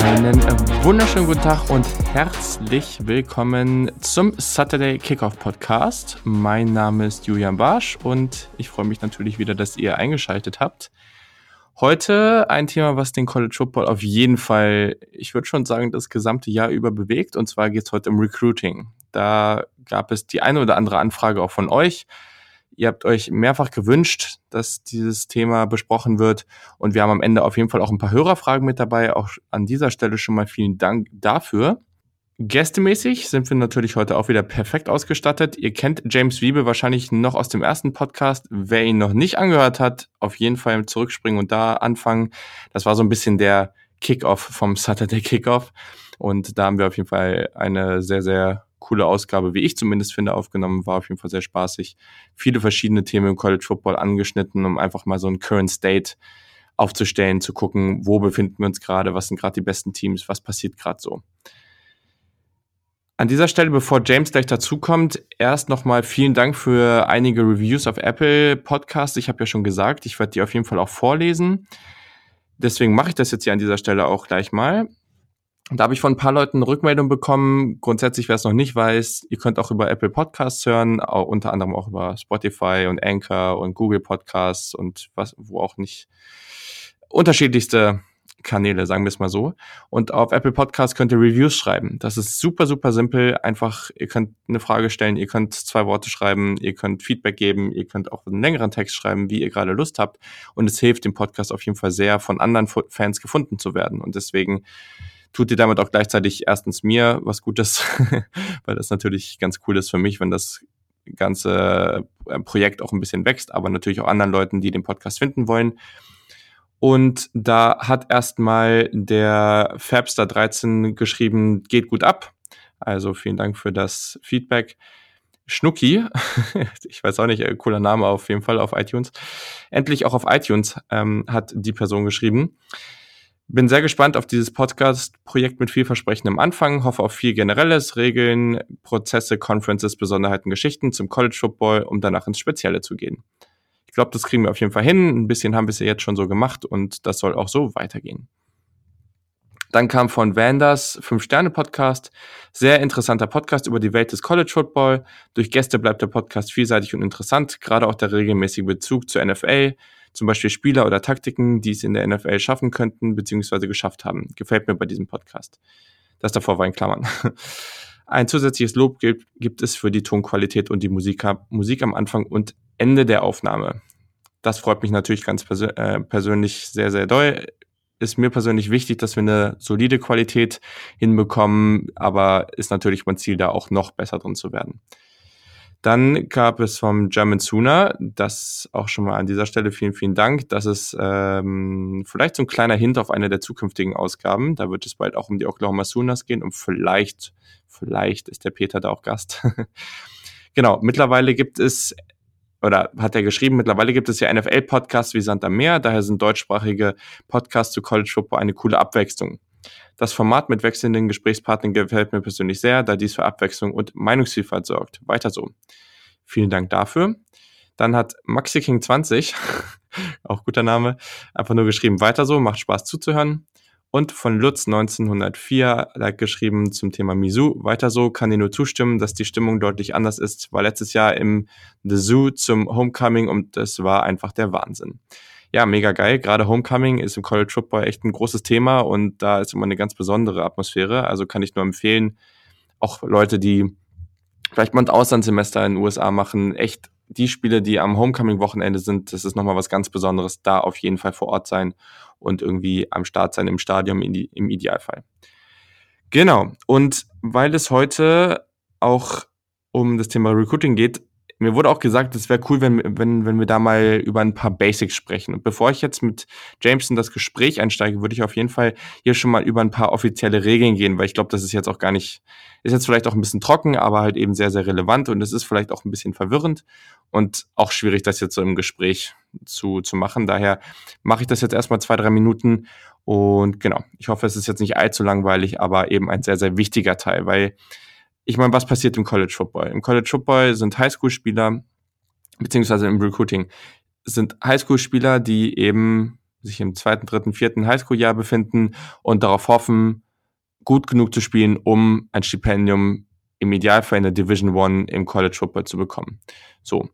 Einen wunderschönen guten Tag und herzlich willkommen zum Saturday Kickoff Podcast. Mein Name ist Julian Barsch und ich freue mich natürlich wieder, dass ihr eingeschaltet habt. Heute ein Thema, was den College Football auf jeden Fall, ich würde schon sagen, das gesamte Jahr über bewegt. Und zwar geht es heute um Recruiting. Da gab es die eine oder andere Anfrage auch von euch. Ihr habt euch mehrfach gewünscht, dass dieses Thema besprochen wird. Und wir haben am Ende auf jeden Fall auch ein paar Hörerfragen mit dabei. Auch an dieser Stelle schon mal vielen Dank dafür. Gästemäßig sind wir natürlich heute auch wieder perfekt ausgestattet. Ihr kennt James Wiebe wahrscheinlich noch aus dem ersten Podcast. Wer ihn noch nicht angehört hat, auf jeden Fall zurückspringen und da anfangen. Das war so ein bisschen der Kickoff vom Saturday Kickoff. Und da haben wir auf jeden Fall eine sehr, sehr coole Ausgabe, wie ich zumindest finde, aufgenommen. War auf jeden Fall sehr spaßig. Viele verschiedene Themen im College Football angeschnitten, um einfach mal so ein Current State aufzustellen, zu gucken, wo befinden wir uns gerade, was sind gerade die besten Teams, was passiert gerade so. An dieser Stelle, bevor James gleich dazukommt, erst nochmal vielen Dank für einige Reviews auf Apple Podcasts. Ich habe ja schon gesagt, ich werde die auf jeden Fall auch vorlesen. Deswegen mache ich das jetzt hier an dieser Stelle auch gleich mal. Da habe ich von ein paar Leuten eine Rückmeldung bekommen. Grundsätzlich, wer es noch nicht weiß, ihr könnt auch über Apple Podcasts hören, auch unter anderem auch über Spotify und Anchor und Google Podcasts und was, wo auch nicht unterschiedlichste Kanäle, sagen wir es mal so. Und auf Apple Podcasts könnt ihr Reviews schreiben. Das ist super, super simpel. Einfach, ihr könnt eine Frage stellen, ihr könnt 2 Worte schreiben, ihr könnt Feedback geben, ihr könnt auch einen längeren Text schreiben, wie ihr gerade Lust habt. Und es hilft dem Podcast auf jeden Fall sehr, von anderen Fans gefunden zu werden. Und deswegen tut ihr damit auch gleichzeitig erstens mir was Gutes, weil das natürlich ganz cool ist für mich, wenn das ganze Projekt auch ein bisschen wächst, aber natürlich auch anderen Leuten, die den Podcast finden wollen. Und da hat erstmal der Fabster13 geschrieben, geht gut ab. Also vielen Dank für das Feedback. Schnucki, ich weiß auch nicht, cooler Name auf jeden Fall auf iTunes. Endlich auch auf iTunes hat die Person geschrieben. Bin sehr gespannt auf dieses Podcast-Projekt mit vielversprechendem Anfang. Hoffe auf viel Generelles, Regeln, Prozesse, Conferences, Besonderheiten, Geschichten zum College Football, um danach ins Spezielle zu gehen. Ich glaube, das kriegen wir auf jeden Fall hin. Ein bisschen haben wir es ja jetzt schon so gemacht und das soll auch so weitergehen. Dann kam von Vanders 5-Sterne-Podcast. Sehr interessanter Podcast über die Welt des College Football. Durch Gäste bleibt der Podcast vielseitig und interessant. Gerade auch der regelmäßige Bezug zur NFL. Zum Beispiel Spieler oder Taktiken, die es in der NFL schaffen könnten, beziehungsweise geschafft haben. Gefällt mir bei diesem Podcast. Das davor war in Klammern. Ein zusätzliches Lob gibt es für die Tonqualität und die Musik am Anfang und Ende der Aufnahme. Das freut mich natürlich ganz persönlich sehr, sehr doll. Ist mir persönlich wichtig, dass wir eine solide Qualität hinbekommen, aber ist natürlich mein Ziel, da auch noch besser drin zu werden. Dann gab es vom German Sooner, das auch schon mal an dieser Stelle vielen, vielen Dank. Das ist vielleicht so ein kleiner Hint auf eine der zukünftigen Ausgaben. Da wird es bald auch um die Oklahoma Sooners gehen und vielleicht ist der Peter da auch Gast. Genau, mittlerweile gibt es, oder hat er geschrieben, mittlerweile gibt es ja NFL-Podcasts wie Sand am Meer. Daher sind deutschsprachige Podcasts zu College Football eine coole Abwechslung. Das Format mit wechselnden Gesprächspartnern gefällt mir persönlich sehr, da dies für Abwechslung und Meinungsvielfalt sorgt. Weiter so. Vielen Dank dafür. Dann hat MaxiKing20, auch guter Name, einfach nur geschrieben, weiter so, macht Spaß zuzuhören. Und von Lutz 1904 hat geschrieben zum Thema Mizzou, weiter so, kann dir nur zustimmen, dass die Stimmung deutlich anders ist. War letztes Jahr im The Zoo zum Homecoming und das war einfach der Wahnsinn. Ja, mega geil. Gerade Homecoming ist im College Football echt ein großes Thema und da ist immer eine ganz besondere Atmosphäre. Also kann ich nur empfehlen, auch Leute, die vielleicht mal ein Auslandssemester in den USA machen, echt die Spiele, die am Homecoming-Wochenende sind, das ist nochmal was ganz Besonderes. Da auf jeden Fall vor Ort sein und irgendwie am Start sein im Stadion im Idealfall. Genau. Und weil es heute auch um das Thema Recruiting geht, mir wurde auch gesagt, es wäre cool, wenn wir da mal über ein paar Basics sprechen. Und bevor ich jetzt mit James in das Gespräch einsteige, würde ich auf jeden Fall hier schon mal über ein paar offizielle Regeln gehen, weil ich glaube, das ist jetzt auch gar nicht, ist jetzt vielleicht auch ein bisschen trocken, aber halt eben sehr, sehr relevant und es ist vielleicht auch ein bisschen verwirrend und auch schwierig, das jetzt so im Gespräch zu machen. Daher mache ich das jetzt erstmal 2-3 Minuten und genau, ich hoffe, es ist jetzt nicht allzu langweilig, aber eben ein sehr, sehr wichtiger Teil, weil ich meine, was passiert im College Football? Im College Football sind Highschool-Spieler, beziehungsweise im Recruiting, sind Highschool-Spieler, die eben sich im 2., 3., 4. Highschool-Jahr befinden und darauf hoffen, gut genug zu spielen, um ein Stipendium im Idealfall in der Division I im College Football zu bekommen. So.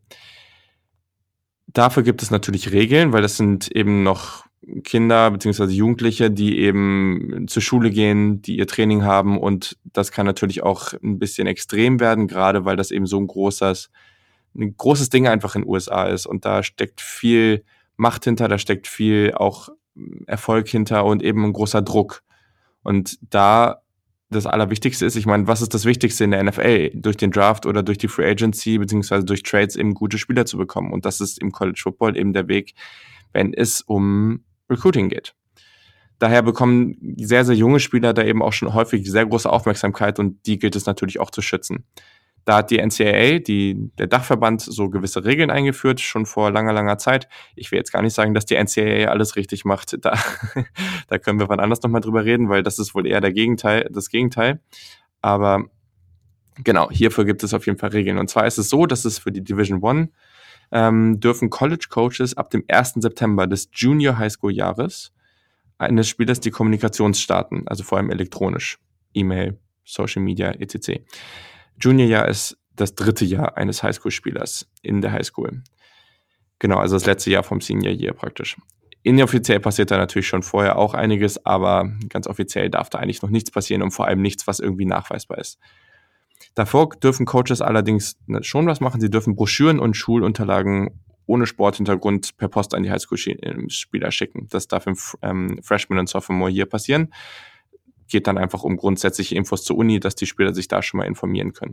Dafür gibt es natürlich Regeln, weil das sind eben noch Kinder bzw. Jugendliche, die eben zur Schule gehen, die ihr Training haben, und das kann natürlich auch ein bisschen extrem werden, gerade weil das eben so ein großes Ding einfach in den USA ist, und da steckt viel Macht hinter, da steckt viel auch Erfolg hinter und eben ein großer Druck. Und da das Allerwichtigste ist, ich meine, was ist das Wichtigste in der NFL? Durch den Draft oder durch die Free Agency beziehungsweise durch Trades eben gute Spieler zu bekommen. Und das ist im College Football eben der Weg, wenn es um Recruiting geht. Daher bekommen sehr, sehr junge Spieler da eben auch schon häufig sehr große Aufmerksamkeit, und die gilt es natürlich auch zu schützen. Da hat die NCAA, der Dachverband, so gewisse Regeln eingeführt, schon vor langer, langer Zeit. Ich will jetzt gar nicht sagen, dass die NCAA alles richtig macht. Da können wir wann anders nochmal drüber reden, weil das ist wohl eher das Gegenteil. Aber genau, hierfür gibt es auf jeden Fall Regeln. Und zwar ist es so, dass es für die Division I dürfen College Coaches ab dem 1. September des Junior High School Jahres eines Spielers die Kommunikation starten, also vor allem elektronisch, E-Mail, Social Media, etc. Juniorjahr ist das 3. Jahr eines Highschool-Spielers in der Highschool. Genau, also das letzte Jahr vom Senior Year praktisch. Inoffiziell passiert da natürlich schon vorher auch einiges, aber ganz offiziell darf da eigentlich noch nichts passieren und vor allem nichts, was irgendwie nachweisbar ist. Davor dürfen Coaches allerdings schon was machen. Sie dürfen Broschüren und Schulunterlagen ohne Sporthintergrund per Post an die Highschool-Spieler schicken. Das darf im Freshman und Sophomore Year passieren. Geht dann einfach um grundsätzliche Infos zur Uni, dass die Spieler sich da schon mal informieren können.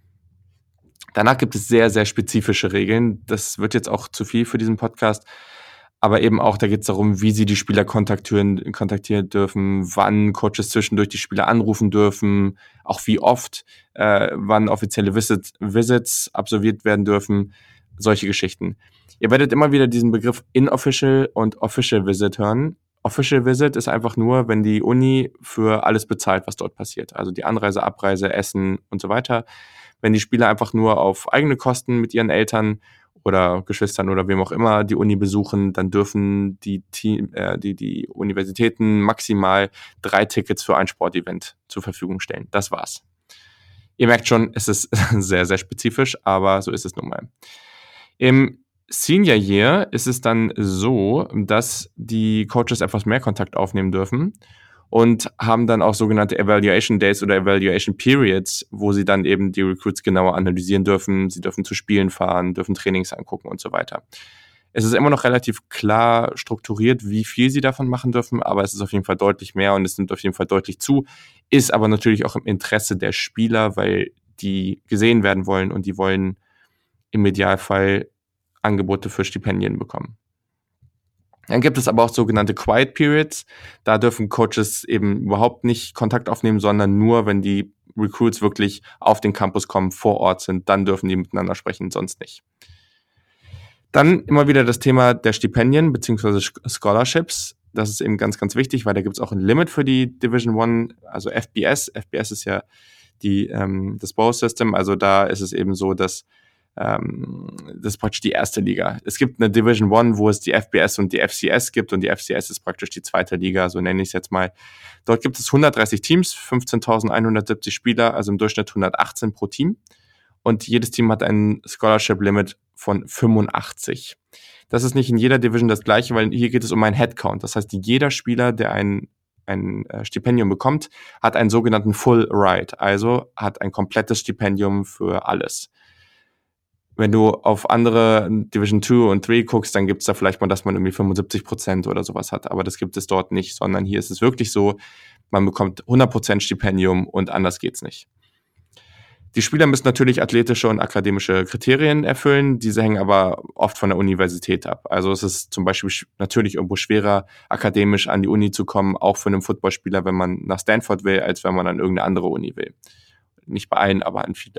Danach gibt es sehr, sehr spezifische Regeln. Das wird jetzt auch zu viel für diesen Podcast. Aber eben auch, da geht es darum, wie sie die Spieler kontaktieren dürfen, wann Coaches zwischendurch die Spieler anrufen dürfen, auch wie oft, wann offizielle Visits absolviert werden dürfen, solche Geschichten. Ihr werdet immer wieder diesen Begriff Inofficial und Official Visit hören. Official Visit ist einfach nur, wenn die Uni für alles bezahlt, was dort passiert. Also die Anreise, Abreise, Essen und so weiter. Wenn die Spieler einfach nur auf eigene Kosten mit ihren Eltern oder Geschwistern oder wem auch immer die Uni besuchen, dann dürfen die Universitäten maximal 3 Tickets für ein Sportevent zur Verfügung stellen. Das war's. Ihr merkt schon, es ist sehr, sehr spezifisch, aber so ist es nun mal. Im Senior Year ist es dann so, dass die Coaches etwas mehr Kontakt aufnehmen dürfen und haben dann auch sogenannte Evaluation Days oder Evaluation Periods, wo sie dann eben die Recruits genauer analysieren dürfen. Sie dürfen zu Spielen fahren, dürfen Trainings angucken und so weiter. Es ist immer noch relativ klar strukturiert, wie viel sie davon machen dürfen, aber es ist auf jeden Fall deutlich mehr und es nimmt auf jeden Fall deutlich zu, ist aber natürlich auch im Interesse der Spieler, weil die gesehen werden wollen und die wollen im Idealfall Angebote für Stipendien bekommen. Dann gibt es aber auch sogenannte Quiet Periods. Da dürfen Coaches eben überhaupt nicht Kontakt aufnehmen, sondern nur, wenn die Recruits wirklich auf den Campus kommen, vor Ort sind, dann dürfen die miteinander sprechen, sonst nicht. Dann immer wieder das Thema der Stipendien bzw. Scholarships. Das ist eben ganz, ganz wichtig, weil da gibt es auch ein Limit für die Division I, also FBS. FBS ist ja das Bowl System. Also da ist es eben so, dass das ist praktisch die erste Liga. Es gibt eine Division I, wo es die FBS und die FCS gibt, und die FCS ist praktisch die zweite Liga, so nenne ich es jetzt mal. Dort gibt es 130 Teams, 15.170 Spieler, also im Durchschnitt 118 pro Team. Und jedes Team hat ein Scholarship-Limit von 85. Das ist nicht in jeder Division das gleiche, weil hier geht es um einen Headcount. Das heißt, jeder Spieler, der ein Stipendium bekommt, hat einen sogenannten Full Ride, also hat ein komplettes Stipendium für alles. Wenn du auf andere Division 2 und 3 guckst, dann gibt es da vielleicht mal, dass man irgendwie 75% oder sowas hat. Aber das gibt es dort nicht, sondern hier ist es wirklich so, man bekommt 100% Stipendium und anders geht's nicht. Die Spieler müssen natürlich athletische und akademische Kriterien erfüllen. Diese hängen aber oft von der Universität ab. Also es ist zum Beispiel natürlich irgendwo schwerer, akademisch an die Uni zu kommen, auch für einen Footballspieler, wenn man nach Stanford will, als wenn man an irgendeine andere Uni will. Nicht bei allen, aber an viele.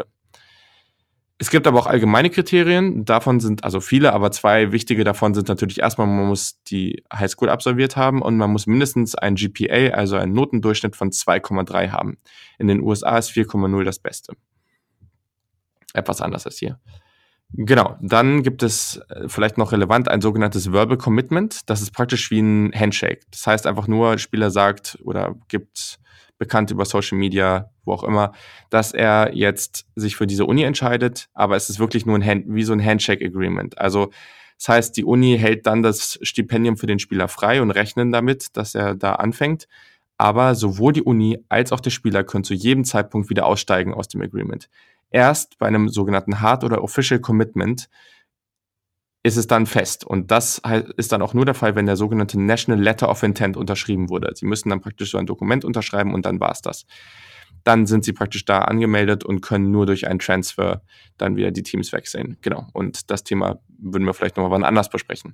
Es gibt aber auch allgemeine Kriterien, davon sind also viele, aber 2 wichtige davon sind natürlich erstmal, man muss die Highschool absolviert haben und man muss mindestens ein GPA, also einen Notendurchschnitt von 2,3 haben. In den USA ist 4,0 das Beste. Etwas anders als hier. Genau, dann gibt es vielleicht noch relevant ein sogenanntes Verbal Commitment. Das ist praktisch wie ein Handshake. Das heißt einfach nur, der Spieler sagt oder gibt bekannt über Social Media, wo auch immer, dass er jetzt sich für diese Uni entscheidet, aber es ist wirklich nur wie so ein Handshake-Agreement. Also das heißt, die Uni hält dann das Stipendium für den Spieler frei und rechnen damit, dass er da anfängt. Aber sowohl die Uni als auch der Spieler können zu jedem Zeitpunkt wieder aussteigen aus dem Agreement. Erst bei einem sogenannten Hard- oder Official Commitment ist es dann fest. Und das ist dann auch nur der Fall, wenn der sogenannte National Letter of Intent unterschrieben wurde. Sie müssen dann praktisch so ein Dokument unterschreiben und dann war's das. Dann sind sie praktisch da angemeldet und können nur durch einen Transfer dann wieder die Teams wechseln. Genau. Und das Thema würden wir vielleicht nochmal wann anders besprechen.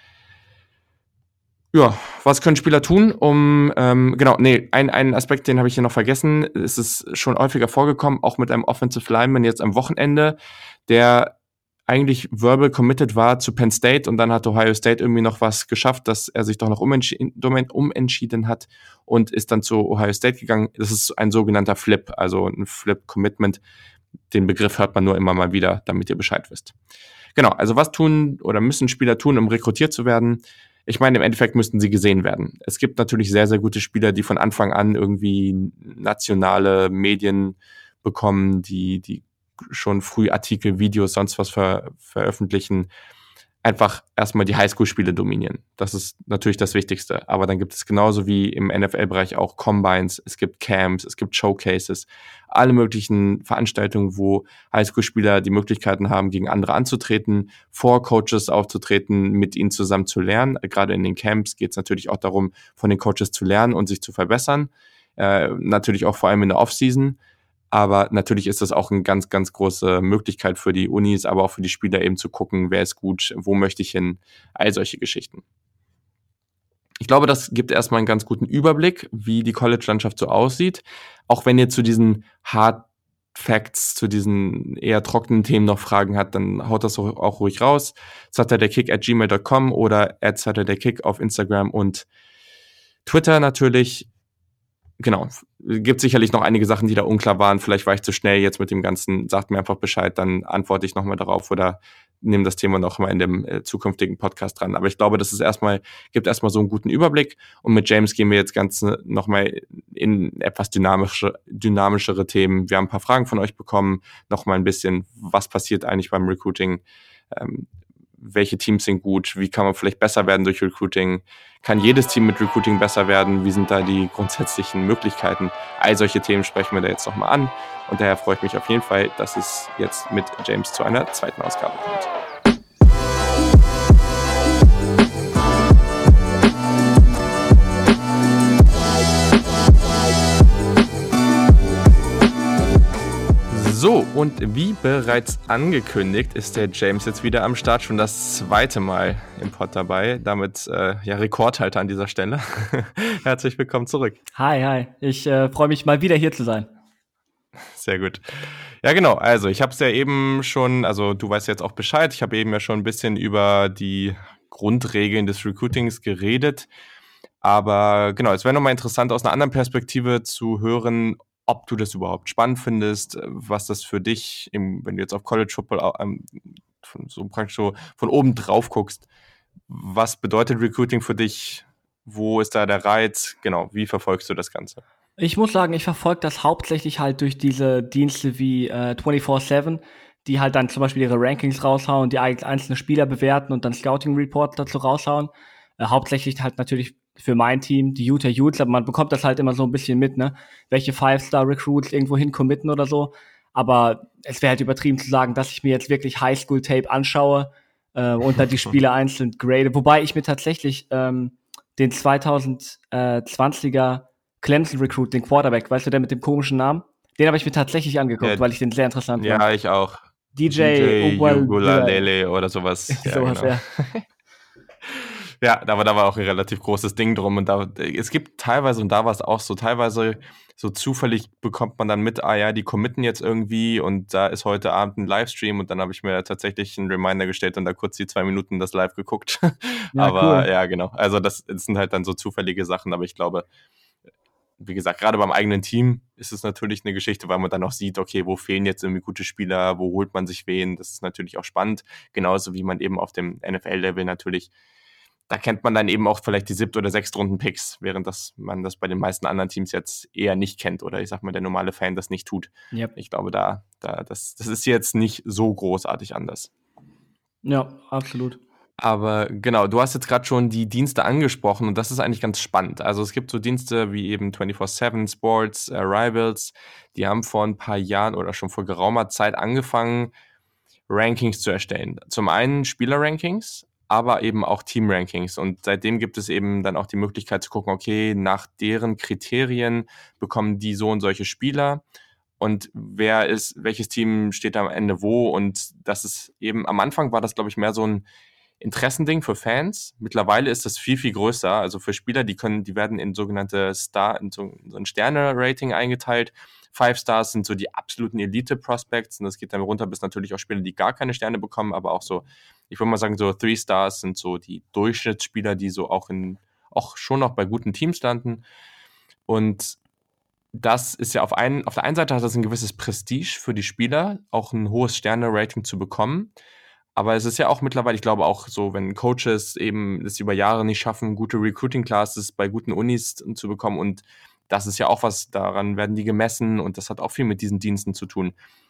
Ja, was können Spieler tun, ein Aspekt, den habe ich hier noch vergessen. Es ist schon häufiger vorgekommen, auch mit einem Offensive Lineman jetzt am Wochenende, der eigentlich verbal committed war zu Penn State und dann hat Ohio State irgendwie noch was geschafft, dass er sich doch noch umentschieden hat und ist dann zu Ohio State gegangen. Das ist ein sogenannter Flip, also ein Flip-Commitment. Den Begriff hört man nur immer mal wieder, damit ihr Bescheid wisst. Genau, also was tun oder müssen Spieler tun, um rekrutiert zu werden? Ich meine, im Endeffekt müssten sie gesehen werden. Es gibt natürlich sehr, sehr gute Spieler, die von Anfang an irgendwie nationale Medien bekommen, die schon früh Artikel, Videos, sonst was veröffentlichen, einfach erstmal die Highschool-Spiele dominieren. Das ist natürlich das Wichtigste. Aber dann gibt es genauso wie im NFL-Bereich auch Combines, es gibt Camps, es gibt Showcases, alle möglichen Veranstaltungen, wo Highschool-Spieler die Möglichkeiten haben, gegen andere anzutreten, vor Coaches aufzutreten, mit ihnen zusammen zu lernen. Gerade in den Camps geht es natürlich auch darum, von den Coaches zu lernen und sich zu verbessern. Natürlich auch vor allem in der Offseason. Aber natürlich ist das auch eine ganz, ganz große Möglichkeit für die Unis, aber auch für die Spieler eben zu gucken, wer ist gut, wo möchte ich hin, all solche Geschichten. Ich glaube, das gibt erstmal einen ganz guten Überblick, wie die College-Landschaft so aussieht. Auch wenn ihr zu diesen Hard Facts, zu diesen eher trockenen Themen noch Fragen habt, dann haut das auch ruhig raus. saturdaykick@gmail.com oder @saturdaykick auf Instagram und Twitter natürlich. Genau, gibt sicherlich noch einige Sachen, die da unklar waren. Vielleicht war ich zu schnell jetzt mit dem Ganzen. Sagt mir einfach Bescheid, dann antworte ich nochmal darauf oder nehme das Thema noch mal in dem zukünftigen Podcast dran. Aber ich glaube, das ist gibt erstmal so einen guten Überblick. Und mit James gehen wir jetzt ganz nochmal in etwas dynamischere Themen. Wir haben ein paar Fragen von euch bekommen. Nochmal ein bisschen, was passiert eigentlich beim Recruiting? Welche Teams sind gut, wie kann man vielleicht besser werden durch Recruiting, kann jedes Team mit Recruiting besser werden, wie sind da die grundsätzlichen Möglichkeiten, all solche Themen sprechen wir da jetzt nochmal an und daher freue ich mich auf jeden Fall, dass es jetzt mit James zu einer zweiten Ausgabe kommt. So, und wie bereits angekündigt, ist der James jetzt wieder am Start, schon das zweite Mal im Pod dabei. Damit Rekordhalter an dieser Stelle. Herzlich willkommen zurück. Hi. Ich freue mich mal wieder hier zu sein. Sehr gut. Ja, genau. Also ich habe es ja eben schon, also du weißt jetzt auch Bescheid. Ich habe eben ja schon ein bisschen über die Grundregeln des Recruitings geredet. Aber genau, es wäre nochmal interessant, aus einer anderen Perspektive zu hören, ob du das überhaupt spannend findest, was das für dich, wenn du jetzt auf College Football so praktisch so von oben drauf guckst, was bedeutet Recruiting für dich? Wo ist da der Reiz? Genau, wie verfolgst du das Ganze? Ich muss sagen, ich verfolge das hauptsächlich halt durch diese Dienste wie 24/7, die halt dann zum Beispiel ihre Rankings raushauen, die einzelne Spieler bewerten und dann Scouting-Reports dazu raushauen. Hauptsächlich halt natürlich für mein Team, die Utah Utes, aber man bekommt das halt immer so ein bisschen mit, ne? Welche Five-Star-Recruits irgendwo hin committen oder so. Aber es wäre halt übertrieben zu sagen, dass ich mir jetzt wirklich Highschool-Tape anschaue und dann die Spieler einzeln grade. Wobei ich mir tatsächlich den 2020er Clemson-Recruit, den Quarterback, weißt du, der mit dem komischen Namen? Den habe ich mir tatsächlich angeguckt, weil ich den sehr interessant fand. Ja, ich auch. DJ Ugualele oder sowas. Sowas, genau. Ja, aber da war auch ein relativ großes Ding drum und es gibt teilweise, und da war es auch so, teilweise so zufällig bekommt man dann mit, die committen jetzt irgendwie und da ist heute Abend ein Livestream und dann habe ich mir tatsächlich einen Reminder gestellt und da kurz die 2 Minuten das live geguckt. Ja, aber cool. Ja, genau. Also das sind halt dann so zufällige Sachen, aber ich glaube, wie gesagt, gerade beim eigenen Team ist es natürlich eine Geschichte, weil man dann auch sieht, okay, wo fehlen jetzt irgendwie gute Spieler, wo holt man sich wen, das ist natürlich auch spannend, genauso wie man eben auf dem NFL-Level natürlich, da kennt man dann eben auch vielleicht die 7. oder 6. Runden-Picks, während man das bei den meisten anderen Teams jetzt eher nicht kennt oder ich sag mal, der normale Fan das nicht tut. Yep. Ich glaube, das ist jetzt nicht so großartig anders. Ja, absolut. Aber genau, du hast jetzt gerade schon die Dienste angesprochen und das ist eigentlich ganz spannend. Also es gibt so Dienste wie eben 24/7 Sports, Rivals, die haben vor ein paar Jahren oder schon vor geraumer Zeit angefangen, Rankings zu erstellen. Zum einen Spieler-Rankings, aber eben auch Team-Rankings. Und seitdem gibt es eben dann auch die Möglichkeit zu gucken, okay, nach deren Kriterien bekommen die so und solche Spieler und welches Team steht am Ende wo. Und das ist eben, am Anfang war das, glaube ich, mehr so ein Interessending für Fans. Mittlerweile ist das viel, viel größer. Also für Spieler, die werden in sogenannte in so ein Sterne-Rating eingeteilt. 5 Stars sind so die absoluten Elite-Prospects und das geht dann runter bis natürlich auch Spieler, die gar keine Sterne bekommen, aber auch so, ich würde mal sagen, so 3 Stars sind so die Durchschnittsspieler, die so auch schon noch bei guten Teams landen. Und das ist ja auf der einen Seite hat das ein gewisses Prestige für die Spieler, auch ein hohes Sterne-Rating zu bekommen. Aber es ist ja auch mittlerweile, ich glaube auch so, wenn Coaches eben es über Jahre nicht schaffen, gute Recruiting-Classes bei guten Unis zu bekommen und das ist ja auch was, daran werden die gemessen und das hat auch viel mit diesen Diensten zu tun.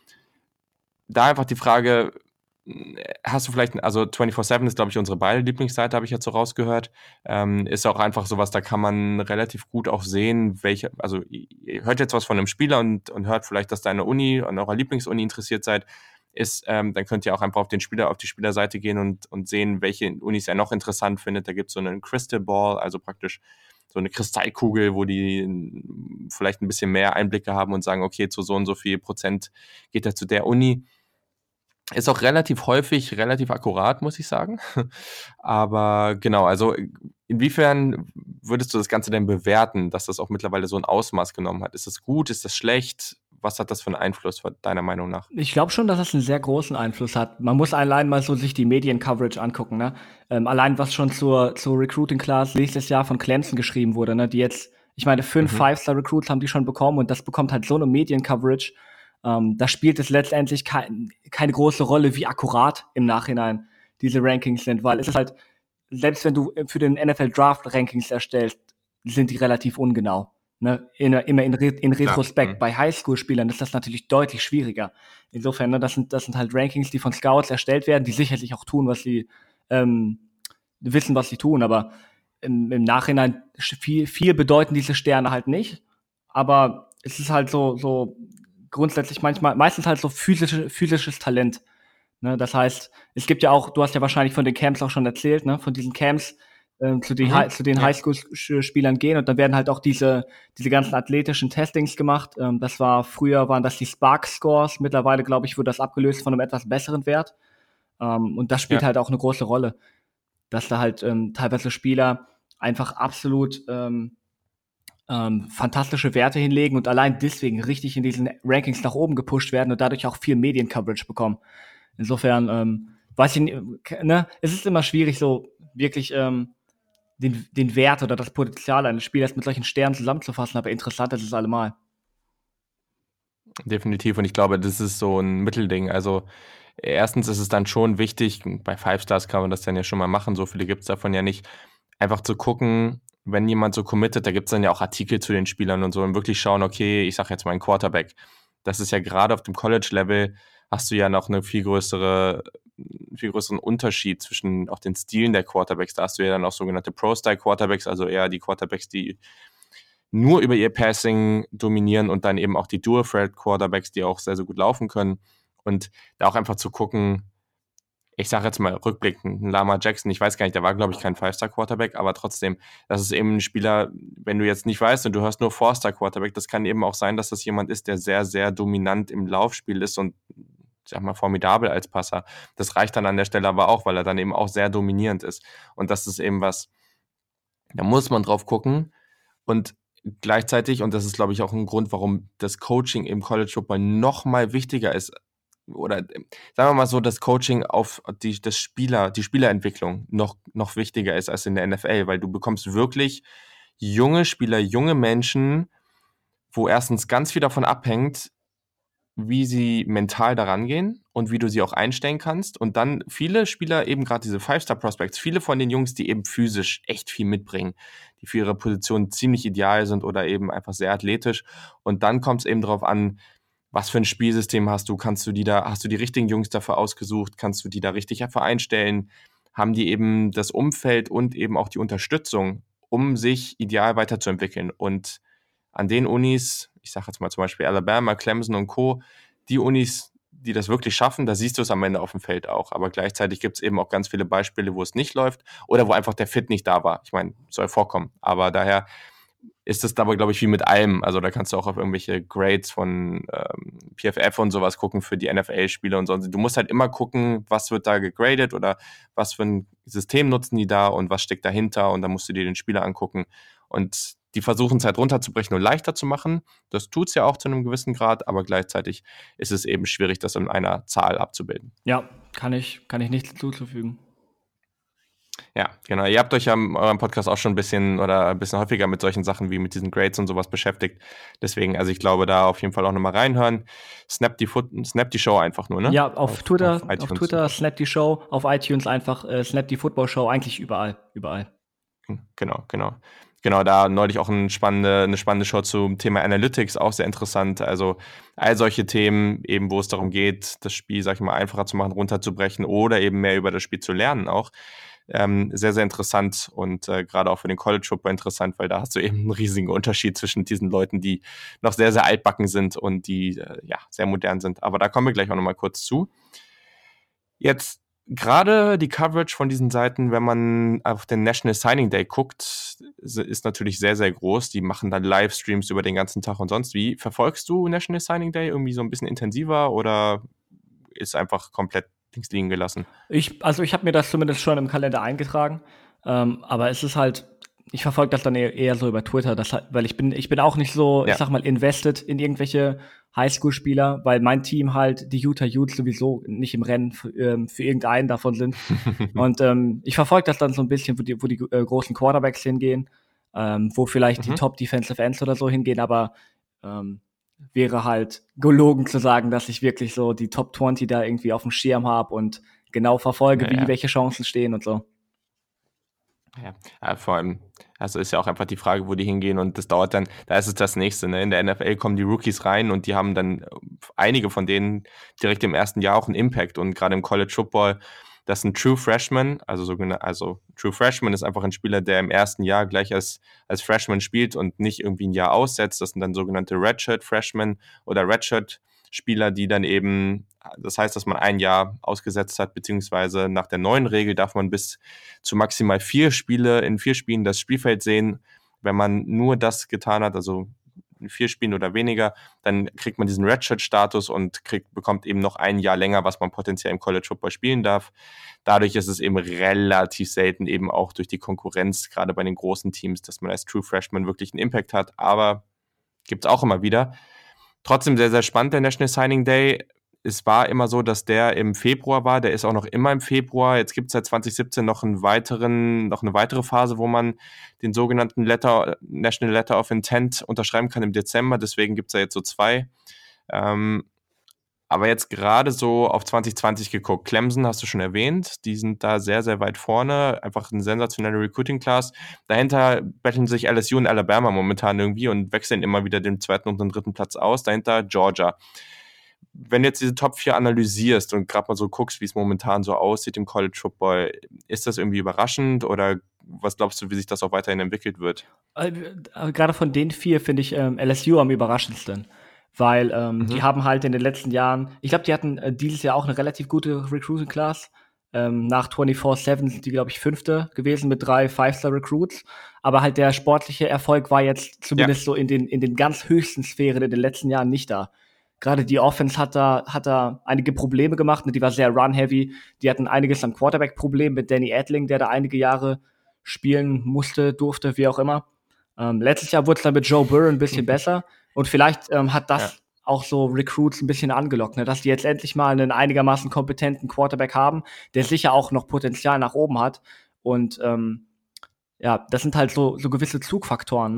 Da einfach die Frage, hast du vielleicht, also 24/7 ist, glaube ich, unsere beide Lieblingsseite, habe ich jetzt so rausgehört. Ist auch einfach sowas, da kann man relativ gut auch sehen, also ihr hört jetzt was von einem Spieler und hört vielleicht, dass da eine Uni, an eurer Lieblingsuni interessiert seid, dann könnt ihr auch einfach auf die Spielerseite gehen und sehen, welche Unis er noch interessant findet. Da gibt es so einen Crystal Ball, also praktisch so eine Kristallkugel, wo die vielleicht ein bisschen mehr Einblicke haben und sagen, okay, zu so und so viel Prozent geht er zu der Uni. Ist auch relativ häufig, relativ akkurat, muss ich sagen. Aber genau, also inwiefern würdest du das Ganze denn bewerten, dass das auch mittlerweile so ein Ausmaß genommen hat? Ist das gut? Ist das schlecht? Was hat das für einen Einfluss deiner Meinung nach? Ich glaube schon, dass das einen sehr großen Einfluss hat. Man muss allein mal so sich die Medien-Coverage angucken, ne? Allein was schon zur Recruiting-Class nächstes Jahr von Clemson geschrieben wurde, ne? Die jetzt, ich meine, 5 Mhm. Five-Star-Recruits haben die schon bekommen und das bekommt halt so eine Medien-Coverage. Da spielt es letztendlich keine große Rolle, wie akkurat im Nachhinein diese Rankings sind, weil es ist halt, selbst wenn du für den NFL Draft Rankings erstellst, sind die relativ ungenau. Ne? Immer in Retrospekt. Mhm. Bei Highschool-Spielern ist das natürlich deutlich schwieriger. Insofern, ne, das sind halt Rankings, die von Scouts erstellt werden, die sicherlich auch tun, was sie wissen, was sie tun, aber im Nachhinein viel bedeuten diese Sterne halt nicht. Aber es ist halt so grundsätzlich meistens halt so physisches Talent. Ne? Das heißt, es gibt ja auch, du hast ja wahrscheinlich von den Camps auch schon erzählt, ne? Von diesen Camps zu den Ja. Highschool-Spielern gehen und dann werden halt auch diese ganzen athletischen Testings gemacht. Früher waren das die Spark-Scores, mittlerweile, glaube ich, wird das abgelöst von einem etwas besseren Wert. Und das spielt Ja. halt auch eine große Rolle, dass da halt teilweise Spieler einfach absolut fantastische Werte hinlegen und allein deswegen richtig in diesen Rankings nach oben gepusht werden und dadurch auch viel Medien-Coverage bekommen. Insofern, weiß ich nicht, ne, es ist immer schwierig, so wirklich den Wert oder das Potenzial eines Spielers mit solchen Sternen zusammenzufassen, aber interessant ist es allemal. Definitiv. Und ich glaube, das ist so ein Mittelding. Also erstens ist es dann schon wichtig, bei Five Stars kann man das dann ja schon mal machen, so viele gibt es davon ja nicht, einfach zu gucken, wenn jemand so committet, da gibt es dann ja auch Artikel zu den Spielern und so und wirklich schauen, okay, ich sage jetzt mal ein Quarterback. Das ist ja gerade auf dem College-Level, hast du ja noch eine viel größeren Unterschied zwischen auch den Stilen der Quarterbacks. Da hast du ja dann auch sogenannte Pro-Style-Quarterbacks, also eher die Quarterbacks, die nur über ihr Passing dominieren und dann eben auch die Dual-Threat-Quarterbacks, die auch sehr, sehr gut laufen können. Und da auch einfach zu gucken, ich sage jetzt mal rückblickend, Lamar Jackson, ich weiß gar nicht, der war, glaube ich, kein Five-Star-Quarterback, aber trotzdem, das ist eben ein Spieler, wenn du jetzt nicht weißt und du hörst nur Four-Star-Quarterback, das kann eben auch sein, dass das jemand ist, der sehr, sehr dominant im Laufspiel ist und, ich sag mal, formidabel als Passer. Das reicht dann an der Stelle aber auch, weil er dann eben auch sehr dominierend ist. Und das ist eben was, da muss man drauf gucken und gleichzeitig, und das ist, glaube ich, auch ein Grund, warum das Coaching im College Football noch mal wichtiger ist, oder sagen wir mal so, das Coaching auf die Spielerentwicklung noch wichtiger ist als in der NFL, weil du bekommst wirklich junge Spieler, junge Menschen, wo erstens ganz viel davon abhängt, wie sie mental daran gehen und wie du sie auch einstellen kannst. Und dann viele Spieler, eben gerade diese Five-Star-Prospects, viele von den Jungs, die eben physisch echt viel mitbringen, die für ihre Position ziemlich ideal sind oder eben einfach sehr athletisch. Und dann kommt es eben darauf an, was für ein Spielsystem hast du? Hast du die richtigen Jungs dafür ausgesucht? Kannst du die da richtig dafür einstellen? Haben die eben das Umfeld und eben auch die Unterstützung, um sich ideal weiterzuentwickeln? Und an den Unis, ich sage jetzt mal zum Beispiel Alabama, Clemson und Co., die Unis, die das wirklich schaffen, da siehst du es am Ende auf dem Feld auch. Aber gleichzeitig gibt es eben auch ganz viele Beispiele, wo es nicht läuft oder wo einfach der Fit nicht da war. Ich meine, soll vorkommen. Aber daher ist es dabei, glaube ich, wie mit allem. Also da kannst du auch auf irgendwelche Grades von PFF und sowas gucken für die NFL-Spieler und sonst. Du musst halt immer gucken, was wird da gegradet oder was für ein System nutzen die da und was steckt dahinter, und dann musst du dir den Spieler angucken. Und die versuchen es halt runterzubrechen und leichter zu machen. Das tut es ja auch zu einem gewissen Grad, aber gleichzeitig ist es eben schwierig, das in einer Zahl abzubilden. Ja, kann ich nichts hinzufügen. Ja, genau. Ihr habt euch ja in eurem Podcast auch schon ein bisschen häufiger mit solchen Sachen wie mit diesen Grades und sowas beschäftigt. Deswegen, also ich glaube, da auf jeden Fall auch nochmal reinhören. Snap die Show einfach nur, ne? Ja, auf Twitter, iTunes. auf Twitter, Snap die Show, auf iTunes einfach Snap die Football Show, eigentlich überall. Genau, da neulich auch eine spannende Show zum Thema Analytics, auch sehr interessant. Also all solche Themen, eben wo es darum geht, das Spiel, sag ich mal, einfacher zu machen, runterzubrechen oder eben mehr über das Spiel zu lernen auch. Sehr, sehr interessant und gerade auch für den College Football interessant, weil da hast du eben einen riesigen Unterschied zwischen diesen Leuten, die noch sehr, sehr altbacken sind und die sehr modern sind. Aber da kommen wir gleich auch nochmal kurz zu. Jetzt gerade die Coverage von diesen Seiten, wenn man auf den National Signing Day guckt, ist natürlich sehr, sehr groß. Die machen dann Livestreams über den ganzen Tag und sonst wie. Verfolgst du National Signing Day irgendwie so ein bisschen intensiver oder ist einfach komplett links liegen gelassen? Ich habe mir das zumindest schon im Kalender eingetragen, aber es ist halt, ich verfolge das dann eher so über Twitter, weil ich bin auch nicht so, ich sag mal, invested in irgendwelche Highschool-Spieler, weil mein Team halt, die Utah Utes, sowieso nicht im Rennen für irgendeinen davon sind. Und ich verfolge das dann so ein bisschen, wo die großen Quarterbacks hingehen, wo vielleicht die Top Defensive Ends oder so hingehen, aber wäre halt gelogen zu sagen, dass ich wirklich so die Top 20 da irgendwie auf dem Schirm habe und genau verfolge, welche Chancen stehen und so. Ja, vor allem, also ist ja auch einfach die Frage, wo die hingehen, und das dauert dann, da ist es das Nächste, ne? In der NFL kommen die Rookies rein und die haben dann einige von denen direkt im ersten Jahr auch einen Impact, und gerade im College Football, das sind True Freshmen, also True Freshman ist einfach ein Spieler, der im ersten Jahr gleich als Freshman spielt und nicht irgendwie ein Jahr aussetzt. Das sind dann sogenannte Redshirt Freshmen oder Redshirt Spieler, die dann eben, das heißt, dass man ein Jahr ausgesetzt hat, beziehungsweise nach der neuen Regel darf man bis zu maximal 4 Spiele in 4 Spielen das Spielfeld sehen. Wenn man nur das getan hat, also in 4 Spielen oder weniger, dann kriegt man diesen Redshirt-Status und bekommt eben noch ein Jahr länger, was man potenziell im College Football spielen darf. Dadurch ist es eben relativ selten, eben auch durch die Konkurrenz, gerade bei den großen Teams, dass man als True Freshman wirklich einen Impact hat, aber gibt es auch immer wieder. Trotzdem sehr, sehr spannend, der National Signing Day. Es war immer so, dass der im Februar war. Der ist auch noch immer im Februar. Jetzt gibt es seit 2017 noch eine weitere Phase, wo man den sogenannten National Letter of Intent unterschreiben kann im Dezember. Deswegen gibt es da jetzt so 2. Aber jetzt gerade so auf 2020 geguckt. Clemson hast du schon erwähnt. Die sind da sehr, sehr weit vorne. Einfach eine sensationelle Recruiting-Class. Dahinter betteln sich LSU und Alabama momentan irgendwie und wechseln immer wieder den 2. und den 3. Platz aus. Dahinter Georgia. Wenn du jetzt diese Top 4 analysierst und gerade mal so guckst, wie es momentan so aussieht im College Football, ist das irgendwie überraschend oder was glaubst du, wie sich das auch weiterhin entwickelt wird? Gerade von den 4 finde ich LSU am überraschendsten. Weil die haben halt in den letzten Jahren, ich glaube, die hatten dieses Jahr auch eine relativ gute Recruiting-Class. Nach 24/7 sind die, glaube ich, 5. gewesen mit 3 Five-Star-Recruits. Aber halt der sportliche Erfolg war jetzt zumindest so in den ganz höchsten Sphären in den letzten Jahren nicht da. Gerade die Offense hat da einige Probleme gemacht. Die war sehr run-heavy. Die hatten einiges an Quarterback-Problemen mit Danny Edling, der da einige Jahre spielen durfte, wie auch immer. Letztes Jahr wurde es dann mit Joe Burrow ein bisschen besser. Und vielleicht hat das auch so Recruits ein bisschen angelockt, ne? Dass die jetzt endlich mal einen einigermaßen kompetenten Quarterback haben, der sicher auch noch Potenzial nach oben hat. Und das sind halt so gewisse Zugfaktoren, ne?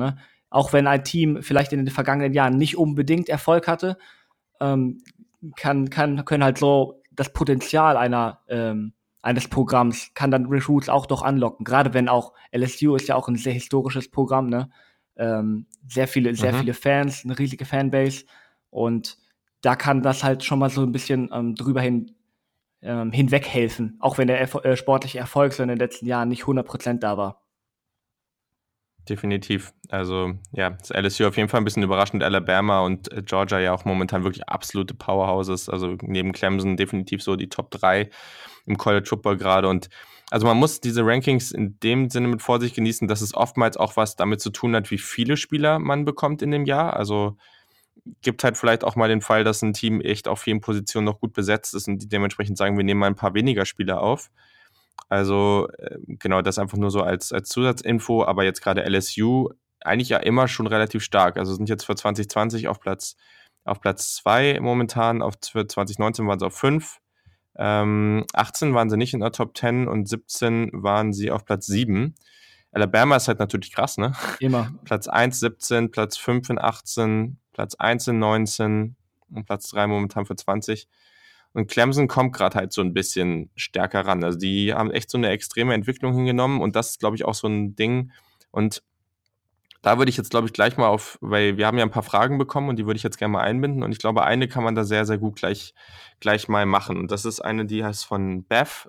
auch wenn ein Team vielleicht in den vergangenen Jahren nicht unbedingt Erfolg hatte, ähm, können halt so das Potenzial eines Programms kann dann Recruits auch doch anlocken. Gerade wenn auch LSU ist ja auch ein sehr historisches Programm, ne? Sehr Mhm. viele Fans, eine riesige Fanbase. Und da kann das halt schon mal so ein bisschen hinweg helfen, auch wenn der sportliche Erfolg so in den letzten Jahren nicht 100% da war. Definitiv. Also, ja, das LSU auf jeden Fall ein bisschen überraschend. Alabama und Georgia ja auch momentan wirklich absolute Powerhouses. Also neben Clemson definitiv so die Top 3 im College Football gerade. Und also man muss diese Rankings in dem Sinne mit Vorsicht genießen, dass es oftmals auch was damit zu tun hat, wie viele Spieler man bekommt in dem Jahr. Also gibt halt vielleicht auch mal den Fall, dass ein Team echt auf vielen Positionen noch gut besetzt ist und die dementsprechend sagen, wir nehmen mal ein paar weniger Spieler auf. Also genau, das einfach nur so als Zusatzinfo, aber jetzt gerade LSU eigentlich ja immer schon relativ stark. Also sind jetzt für 2020 auf Platz 2 momentan, für 2019 waren sie auf 5. 18 waren sie nicht in der Top 10 und 17 waren sie auf Platz 7. Alabama ist halt natürlich krass, ne? Immer. Platz 1 17, Platz 5 in 18, Platz 1 in 19 und Platz 3 momentan für 20. Und Clemson kommt gerade halt so ein bisschen stärker ran. Also die haben echt so eine extreme Entwicklung hingenommen und das ist, glaube ich, auch so ein Ding. Und da würde ich jetzt, glaube ich, gleich mal weil wir haben ja ein paar Fragen bekommen und die würde ich jetzt gerne mal einbinden. Und ich glaube, eine kann man da sehr, sehr gut gleich mal machen. Und das ist eine, die heißt von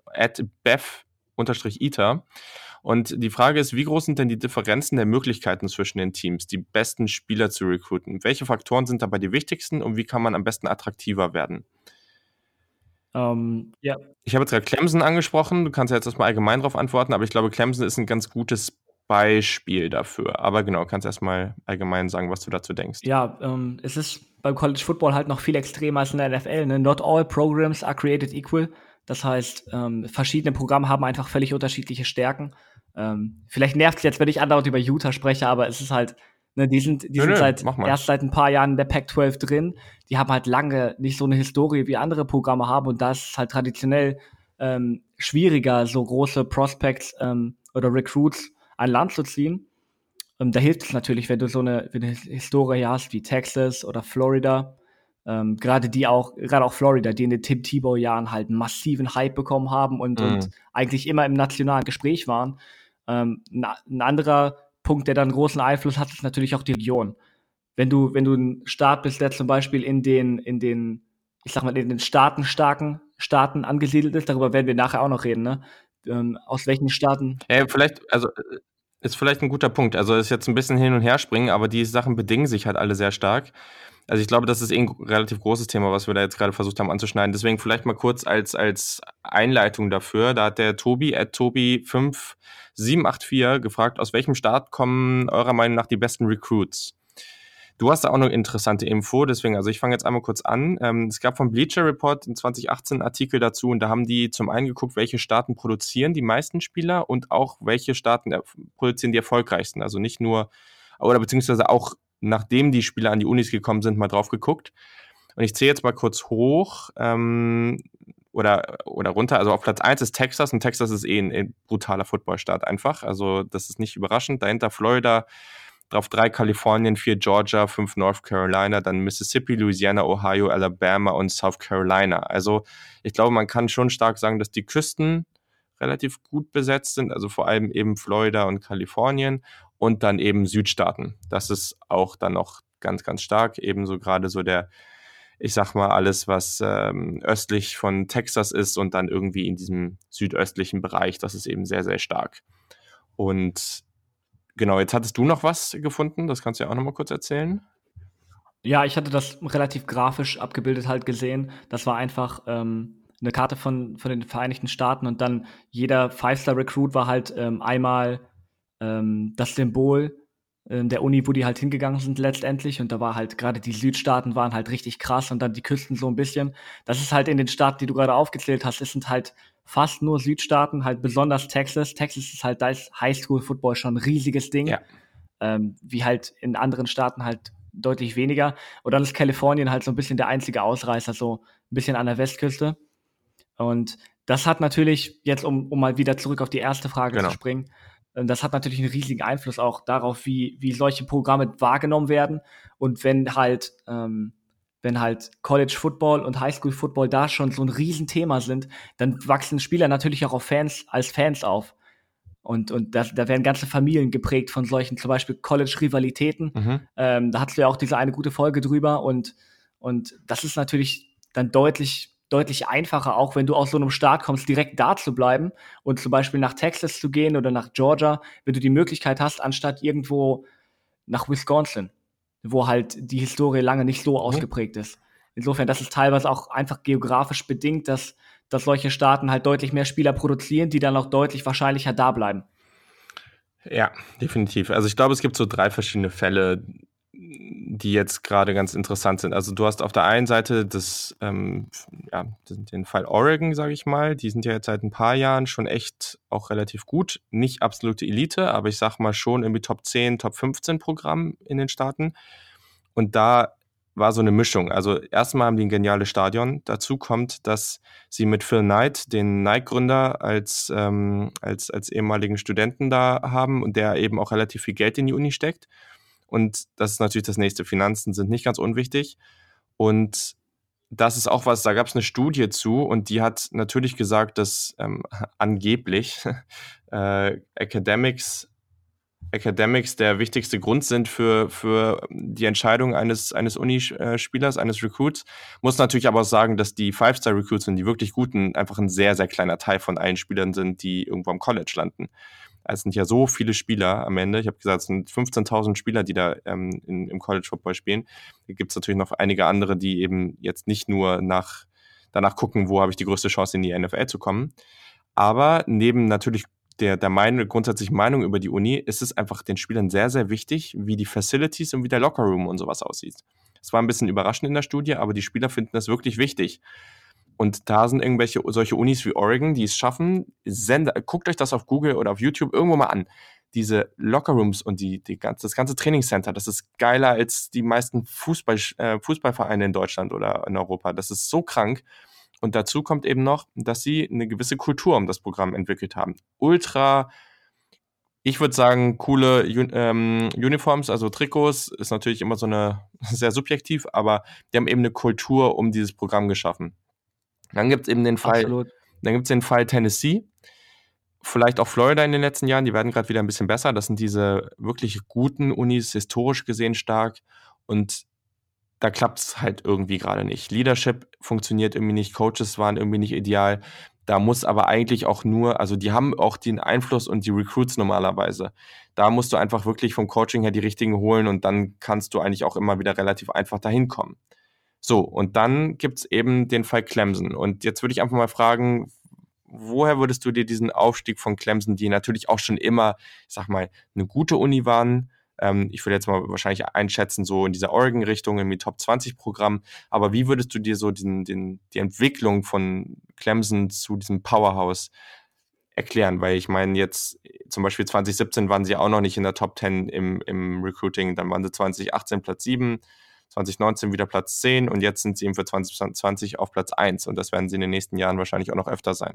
Beth_Ita. Und die Frage ist, wie groß sind denn die Differenzen der Möglichkeiten zwischen den Teams, die besten Spieler zu recruiten? Welche Faktoren sind dabei die wichtigsten und wie kann man am besten attraktiver werden? Ja, Ich habe jetzt gerade Clemson angesprochen. Du kannst ja jetzt erstmal allgemein darauf antworten, aber ich glaube, Clemson ist ein ganz gutes Beispiel dafür. Aber genau, kannst erstmal allgemein sagen, was du dazu denkst. ja, es ist beim College Football halt noch viel extremer als in der NFL. Ne? Not all programs are created equal. Das heißt, verschiedene Programme haben einfach völlig unterschiedliche Stärken. Vielleicht nervt es jetzt, wenn ich andauernd über Utah spreche, aber es ist halt, ne, die Nö, sind nö, mach mal. erst seit ein paar Jahren in der Pac-12 drin. Die haben halt lange nicht so eine Historie wie andere Programme haben und da ist es halt traditionell schwieriger, so große Prospects oder Recruits an Land zu ziehen. Da hilft es natürlich, wenn du wenn du Historie hast wie Texas oder Florida. Gerade auch Florida, die in den Tim Tebow-Jahren halt einen massiven Hype bekommen haben und Mhm. eigentlich immer im nationalen Gespräch waren. Ein anderer Punkt, der dann einen großen Einfluss hat, ist natürlich auch die Region. Wenn du ein Staat bist, der zum Beispiel ich sag mal, in den starken Staaten angesiedelt ist, darüber werden wir nachher auch noch reden, ne? Aus welchen Staaten. Vielleicht, also ist vielleicht ein guter Punkt. Also ist jetzt ein bisschen hin und her springen, aber die Sachen bedingen sich halt alle sehr stark. Also ich glaube, das ist ein relativ großes Thema, was wir da jetzt gerade versucht haben anzuschneiden. Deswegen vielleicht mal kurz als Einleitung dafür. Da hat der Tobi5784 gefragt, aus welchem Staat kommen eurer Meinung nach die besten Recruits? Du hast da auch eine interessante Info, deswegen, also ich fange jetzt einmal kurz an. Es gab vom Bleacher Report in 2018 einen Artikel dazu und da haben die zum einen geguckt, welche Staaten produzieren die meisten Spieler und auch welche Staaten produzieren die erfolgreichsten. Also nicht nur, oder beziehungsweise auch nachdem die Spieler an die Unis gekommen sind, mal drauf geguckt. Und ich zähle jetzt mal kurz hoch oder runter. Also auf Platz 1 ist Texas und Texas ist ein brutaler Footballstaat einfach. Also das ist nicht überraschend. Dahinter Florida, auf 3 Kalifornien, 4 Georgia, 5 North Carolina, dann Mississippi, Louisiana, Ohio, Alabama und South Carolina. Also ich glaube, man kann schon stark sagen, dass die Küsten relativ gut besetzt sind, also vor allem eben Florida und Kalifornien und dann eben Südstaaten. Das ist auch dann noch ganz, ganz stark. Ebenso gerade so ich sag mal, alles, was östlich von Texas ist und dann irgendwie in diesem südöstlichen Bereich, das ist eben sehr, sehr stark. Und genau, jetzt hattest du noch was gefunden, das kannst du ja auch noch mal kurz erzählen. Ja, ich hatte das relativ grafisch abgebildet halt gesehen. Das war einfach 'ne Karte von den Vereinigten Staaten und dann jeder Five-Star-Recruit war halt einmal das Symbol der Uni, wo die halt hingegangen sind letztendlich. Und da war halt gerade die Südstaaten waren halt richtig krass und dann die Küsten so ein bisschen. Das ist halt in den Staaten, die du gerade aufgezählt hast, es sind halt fast nur Südstaaten, halt besonders Texas. Texas ist halt, da ist Highschool-Football schon ein riesiges Ding, Ja, wie halt in anderen Staaten halt deutlich weniger. Und dann ist Kalifornien halt so ein bisschen der einzige Ausreißer, so ein bisschen an der Westküste. Und das hat natürlich jetzt, um mal wieder zurück auf die erste Frage zu genau. springen, Das hat natürlich einen riesigen Einfluss auch darauf, wie solche Programme wahrgenommen werden. Und wenn halt College Football und Highschool Football da schon so ein Riesenthema sind, dann wachsen Spieler natürlich auch als Fans auf. Und da werden ganze Familien geprägt von solchen, zum Beispiel College-Rivalitäten. Mhm. Da hattest du ja auch diese eine gute Folge drüber. Und das ist natürlich dann deutlich einfacher, auch wenn du aus so einem Staat kommst, direkt da zu bleiben und zum Beispiel nach Texas zu gehen oder nach Georgia, wenn du die Möglichkeit hast, anstatt irgendwo nach Wisconsin, wo halt die Historie lange nicht so Mhm. ausgeprägt ist. Insofern, das ist teilweise auch einfach geografisch bedingt, dass solche Staaten halt deutlich mehr Spieler produzieren, die dann auch deutlich wahrscheinlicher da bleiben. Ja, definitiv. Also ich glaube, es gibt so 3 verschiedene Fälle, die jetzt gerade ganz interessant sind. Also du hast auf der einen Seite den Fall Oregon, sage ich mal. Die sind ja jetzt seit ein paar Jahren schon echt auch relativ gut. Nicht absolute Elite, aber ich sag mal schon irgendwie Top 10, Top 15 Programm in den Staaten. Und da war so eine Mischung. Also erstmal haben die ein geniales Stadion. Dazu kommt, dass sie mit Phil Knight, den Nike-Gründer, als ehemaligen Studenten da haben und der eben auch relativ viel Geld in die Uni steckt. Und das ist natürlich das nächste. Finanzen sind nicht ganz unwichtig. Und das ist auch was, da gab es eine Studie zu und die hat natürlich gesagt, dass angeblich Academics der wichtigste Grund sind für die Entscheidung eines Unispielers, eines Recruits. Muss natürlich aber auch sagen, dass die Five-Star-Recruits und die wirklich guten einfach ein sehr, sehr kleiner Teil von allen Spielern sind, die irgendwo am College landen. Es sind ja so viele Spieler am Ende. Ich habe gesagt, es sind 15.000 Spieler, die da im College Football spielen. Da gibt es natürlich noch einige andere, die eben jetzt nicht nur danach gucken, wo habe ich die größte Chance, in die NFL zu kommen. Aber neben natürlich der grundsätzlichen Meinung über die Uni ist es einfach den Spielern sehr, sehr wichtig, wie die Facilities und wie der Lockerroom und sowas aussieht. Es war ein bisschen überraschend in der Studie, aber die Spieler finden das wirklich wichtig. Und da sind irgendwelche solche Unis wie Oregon, die es schaffen, guckt euch das auf Google oder auf YouTube irgendwo mal an. Diese Lockerrooms und das ganze Trainingscenter, das ist geiler als die meisten Fußballvereine in Deutschland oder in Europa. Das ist so krank. Und dazu kommt eben noch, dass sie eine gewisse Kultur um das Programm entwickelt haben. Ultra, ich würde sagen, coole Uniforms, also Trikots, ist natürlich immer so eine sehr subjektiv, aber die haben eben eine Kultur um dieses Programm geschaffen. Dann gibt es eben Absolut. den Fall Tennessee, vielleicht auch Florida in den letzten Jahren, die werden gerade wieder ein bisschen besser. Das sind diese wirklich guten Unis, historisch gesehen stark und da klappt es halt irgendwie gerade nicht. Leadership funktioniert irgendwie nicht, Coaches waren irgendwie nicht ideal. Da muss aber eigentlich auch nur, also die haben auch den Einfluss und die Recruits normalerweise. Da musst du einfach wirklich vom Coaching her die richtigen holen und dann kannst du eigentlich auch immer wieder relativ einfach dahin kommen. So, und dann gibt's eben den Fall Clemson. Und jetzt würde ich einfach mal fragen, woher würdest du dir diesen Aufstieg von Clemson, die natürlich auch schon immer, ich sag mal, eine gute Uni waren, ich würde jetzt mal wahrscheinlich einschätzen, so in dieser Oregon-Richtung, im Top 20 Programm, aber wie würdest du dir so die Entwicklung von Clemson zu diesem Powerhouse erklären? Weil ich meine, jetzt zum Beispiel 2017 waren sie auch noch nicht in der Top 10 im Recruiting, dann waren sie 2018 Platz 7, 2019 wieder Platz 10 und jetzt sind sie eben für 2020 auf Platz 1 und das werden sie in den nächsten Jahren wahrscheinlich auch noch öfter sein.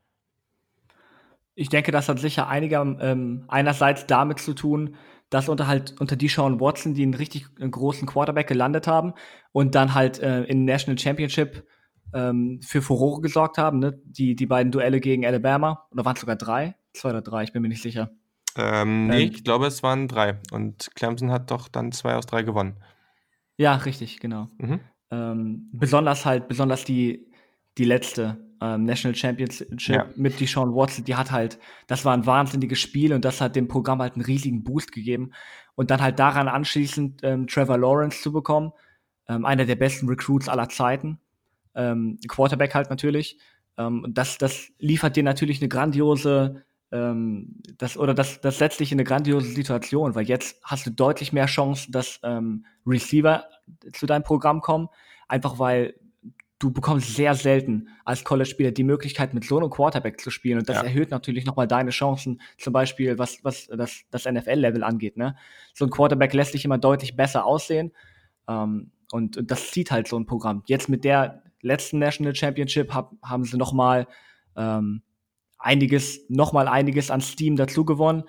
Ich denke, das hat sicher einerseits damit zu tun, dass unter Deshaun Watson, die einen richtig großen Quarterback gelandet haben und dann halt in National Championship für Furore gesorgt haben, ne? Die beiden Duelle gegen Alabama, oder waren es sogar 3? 2 oder 3, ich bin mir nicht sicher. Nee, ich glaube, es waren 3 und Clemson hat doch dann 2 aus 3 gewonnen. Ja, richtig, genau. Mhm. Besonders die letzte National Championship Ja. mit Deshaun Watson, das war ein wahnsinniges Spiel und das hat dem Programm halt einen riesigen Boost gegeben. Und dann halt daran anschließend Trevor Lawrence zu bekommen, einer der besten Recruits aller Zeiten, Quarterback halt natürlich. Das liefert dir natürlich eine grandiose, das setzt dich in eine grandiose Situation, weil jetzt hast du deutlich mehr Chancen, dass Receiver zu deinem Programm kommen, einfach weil du bekommst sehr selten als College-Spieler die Möglichkeit, mit so einem Quarterback zu spielen. Und das Ja. erhöht natürlich nochmal deine Chancen, zum Beispiel was das NFL-Level angeht. Ne? So ein Quarterback lässt sich immer deutlich besser aussehen. Und das zieht halt so ein Programm. Jetzt mit der letzten National Championship haben sie nochmal einiges an Steam dazu gewonnen.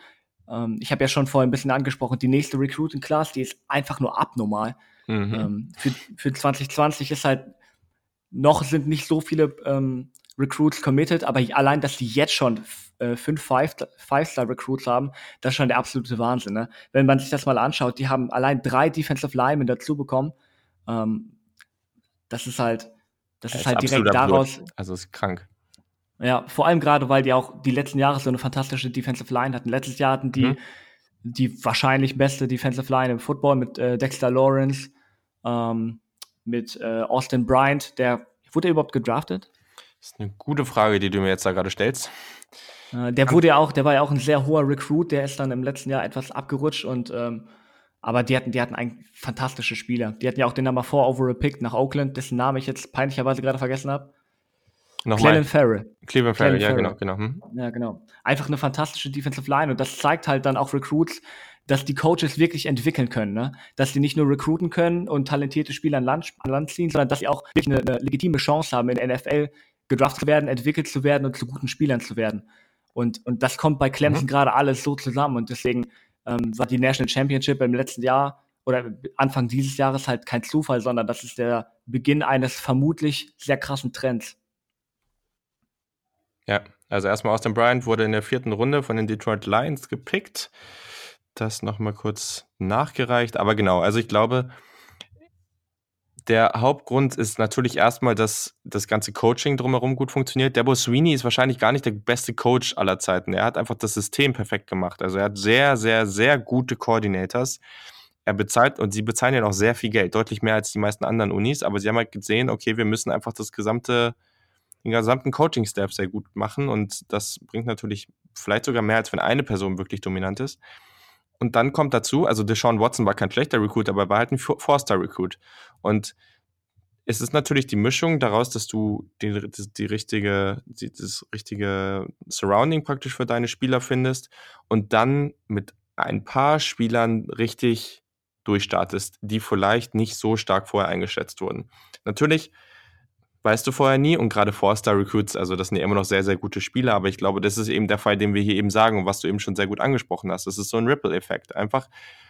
Ich habe ja schon vorhin ein bisschen angesprochen, die nächste Recruiting Class, die ist einfach nur abnormal. Für 2020 ist halt sind nicht so viele Recruits committed, aber allein, dass die jetzt schon 5 Five-Star-Recruits haben, das ist schon der absolute Wahnsinn. Ne? Wenn man sich das mal anschaut, die haben allein 3 Defensive Linemen dazu bekommen. Das ist halt direkt daraus. Also ist krank. Ja, vor allem gerade, weil die auch die letzten Jahre so eine fantastische Defensive Line hatten. Letztes Jahr hatten die die wahrscheinlich beste Defensive Line im Football mit Dexter Lawrence, mit Austin Bryant. Wurde er überhaupt gedraftet? Das ist eine gute Frage, die du mir jetzt da gerade stellst. Der war ja auch ein sehr hoher Recruit, der ist dann im letzten Jahr etwas abgerutscht aber die hatten eigentlich fantastische Spieler. Die hatten ja auch den Number 4 overall Pick nach Oakland, dessen Namen ich jetzt peinlicherweise gerade vergessen habe. Clelin Ferrell. Clelin Ferrell, ja, genau. Ja, genau. Einfach eine fantastische Defensive Line und das zeigt halt dann auch Recruits, dass die Coaches wirklich entwickeln können, ne? Dass die nicht nur recruiten können und talentierte Spieler an Land ziehen, sondern dass sie auch wirklich eine legitime Chance haben, in der NFL gedraftet zu werden, entwickelt zu werden und zu guten Spielern zu werden. Und das kommt bei Clemson gerade alles so zusammen und deswegen war die National Championship im letzten Jahr oder Anfang dieses Jahres halt kein Zufall, sondern das ist der Beginn eines vermutlich sehr krassen Trends. Ja, also erstmal Austin Bryant wurde in der 4. Runde von den Detroit Lions gepickt. Das nochmal kurz nachgereicht. Aber genau, also ich glaube, der Hauptgrund ist natürlich erstmal, dass das ganze Coaching drumherum gut funktioniert. Dabo Swinney ist wahrscheinlich gar nicht der beste Coach aller Zeiten. Er hat einfach das System perfekt gemacht. Also er hat sehr, sehr, sehr gute Coordinators. Sie bezahlen ja noch sehr viel Geld, deutlich mehr als die meisten anderen Unis. Aber sie haben halt gesehen, okay, wir müssen einfach den gesamten Coaching-Staff sehr gut machen und das bringt natürlich vielleicht sogar mehr, als wenn eine Person wirklich dominant ist. Und dann kommt dazu, also Deshaun Watson war kein schlechter Recruit, aber er war halt ein 4-Star-Recruit. Und es ist natürlich die Mischung daraus, dass du das richtige Surrounding praktisch für deine Spieler findest und dann mit ein paar Spielern richtig durchstartest, die vielleicht nicht so stark vorher eingeschätzt wurden. Natürlich weißt du vorher nie und gerade 4-Star-Recruits, also das sind ja immer noch sehr, sehr gute Spieler, aber ich glaube, das ist eben der Fall, den wir hier eben sagen und was du eben schon sehr gut angesprochen hast. Das ist so ein Ripple-Effekt. Einfach,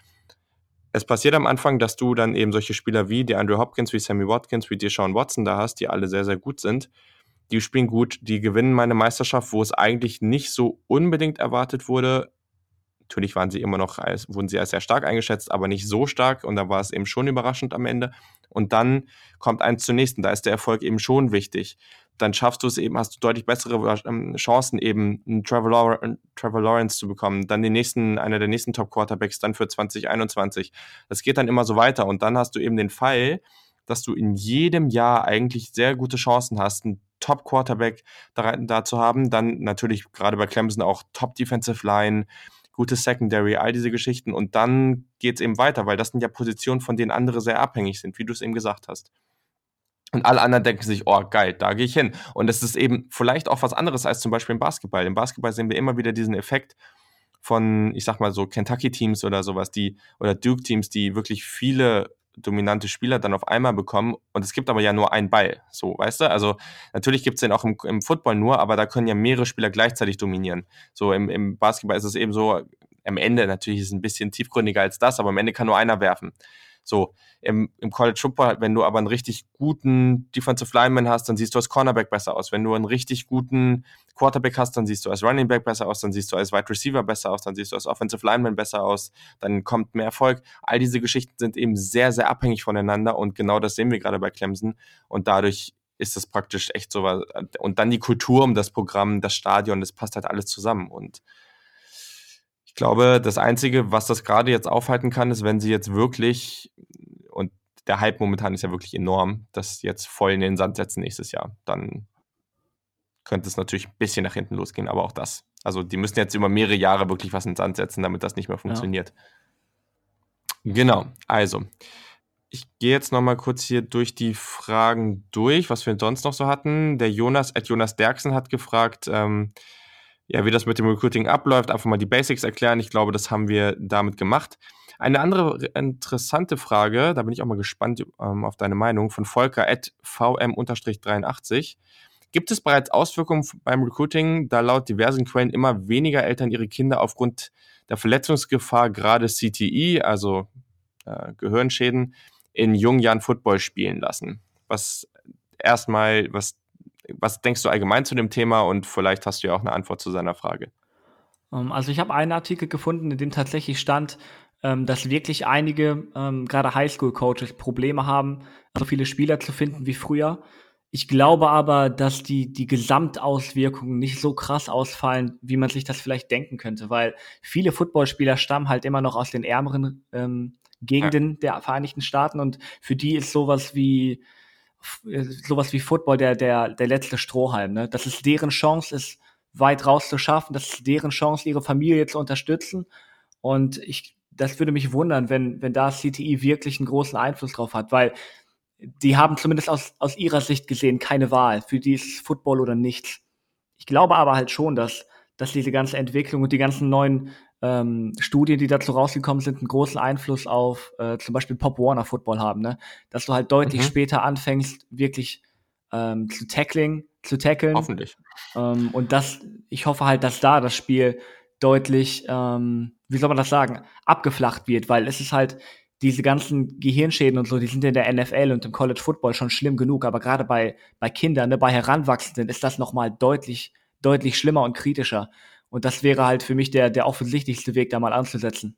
es passiert am Anfang, dass du dann eben solche Spieler wie DeAndre Hopkins, wie Sammy Watkins, wie Deshaun Watson da hast, die alle sehr, sehr gut sind. Die spielen gut, die gewinnen meine Meisterschaft, wo es eigentlich nicht so unbedingt erwartet wurde. Natürlich wurden sie als sehr stark eingeschätzt, aber nicht so stark und da war es eben schon überraschend am Ende. Und dann kommt eins zum nächsten, da ist der Erfolg eben schon wichtig. Dann schaffst du es eben, hast du deutlich bessere Chancen eben, einen Trevor Lawrence zu bekommen, dann einer der nächsten Top-Quarterbacks dann für 2021. Das geht dann immer so weiter und dann hast du eben den Fall, dass du in jedem Jahr eigentlich sehr gute Chancen hast, einen Top-Quarterback da zu haben. Dann natürlich gerade bei Clemson auch Top-Defensive Line, gutes Secondary, all diese Geschichten und dann geht es eben weiter, weil das sind ja Positionen, von denen andere sehr abhängig sind, wie du es eben gesagt hast. Und alle anderen denken sich, oh geil, da gehe ich hin. Und es ist eben vielleicht auch was anderes als zum Beispiel im Basketball. Im Basketball sehen wir immer wieder diesen Effekt von, ich sag mal so Kentucky-Teams oder sowas, oder Duke-Teams, die wirklich viele dominante Spieler dann auf einmal bekommen und es gibt aber ja nur einen Ball, so, weißt du? Also natürlich gibt es den auch im Football nur, aber da können ja mehrere Spieler gleichzeitig dominieren. So im Basketball ist es eben so, am Ende natürlich ist es ein bisschen tiefgründiger als das, aber am Ende kann nur einer werfen. So, im College Football, wenn du aber einen richtig guten Defensive Lineman hast, dann siehst du als Cornerback besser aus. Wenn du einen richtig guten Quarterback hast, dann siehst du als Running Back besser aus, dann siehst du als Wide Receiver besser aus, dann siehst du als Offensive Lineman besser aus, dann kommt mehr Erfolg. All diese Geschichten sind eben sehr, sehr abhängig voneinander und genau das sehen wir gerade bei Clemson und dadurch ist das praktisch echt so was. Und dann die Kultur um das Programm, das Stadion, das passt halt alles zusammen und ich glaube, das Einzige, was das gerade jetzt aufhalten kann, ist, wenn sie jetzt wirklich, und der Hype momentan ist ja wirklich enorm, das jetzt voll in den Sand setzen nächstes Jahr, dann könnte es natürlich ein bisschen nach hinten losgehen, aber auch das. Also die müssen jetzt über mehrere Jahre wirklich was in den Sand setzen, damit das nicht mehr funktioniert. Ja. Genau, also ich gehe jetzt nochmal kurz hier durch die Fragen durch, was wir sonst noch so hatten. Der Jonas Derksen hat gefragt, wie das mit dem Recruiting abläuft, einfach mal die Basics erklären. Ich glaube, das haben wir damit gemacht. Eine andere interessante Frage, da bin ich auch mal gespannt auf deine Meinung, von Volker @vm_83. Gibt es bereits Auswirkungen beim Recruiting, da laut diversen Quellen immer weniger Eltern ihre Kinder aufgrund der Verletzungsgefahr gerade CTE, also Gehirnschäden, in jungen Jahren Football spielen lassen. Was denkst du allgemein zu dem Thema und vielleicht hast du ja auch eine Antwort zu seiner Frage. Also ich habe einen Artikel gefunden, in dem tatsächlich stand, dass wirklich einige, gerade Highschool-Coaches Probleme haben, so viele Spieler zu finden wie früher. Ich glaube aber, dass die Gesamtauswirkungen nicht so krass ausfallen, wie man sich das vielleicht denken könnte, weil viele Footballspieler stammen halt immer noch aus den ärmeren Ja. Gegenden der Vereinigten Staaten und für die ist sowas wie Football der letzte Strohhalm. Ne? Das ist deren Chance, es weit raus zu schaffen. Das ist deren Chance, ihre Familie zu unterstützen. Und das würde mich wundern, wenn da CTE wirklich einen großen Einfluss drauf hat, weil die haben zumindest aus ihrer Sicht gesehen keine Wahl. Für die ist Football oder nichts. Ich glaube aber halt schon, dass diese ganze Entwicklung und die ganzen neuen Studien, die dazu rausgekommen sind, einen großen Einfluss auf zum Beispiel Pop Warner Football haben, ne? Dass du halt deutlich später anfängst, wirklich zu tackeln. Hoffentlich. Und ich hoffe halt, dass da das Spiel deutlich, wie soll man das sagen, abgeflacht wird, weil es ist halt diese ganzen Gehirnschäden und so, die sind in der NFL und im College Football schon schlimm genug, aber gerade bei Kindern, ne, bei Heranwachsenden ist das nochmal deutlich, deutlich schlimmer und kritischer. Und das wäre halt für mich der offensichtlichste Weg, da mal anzusetzen.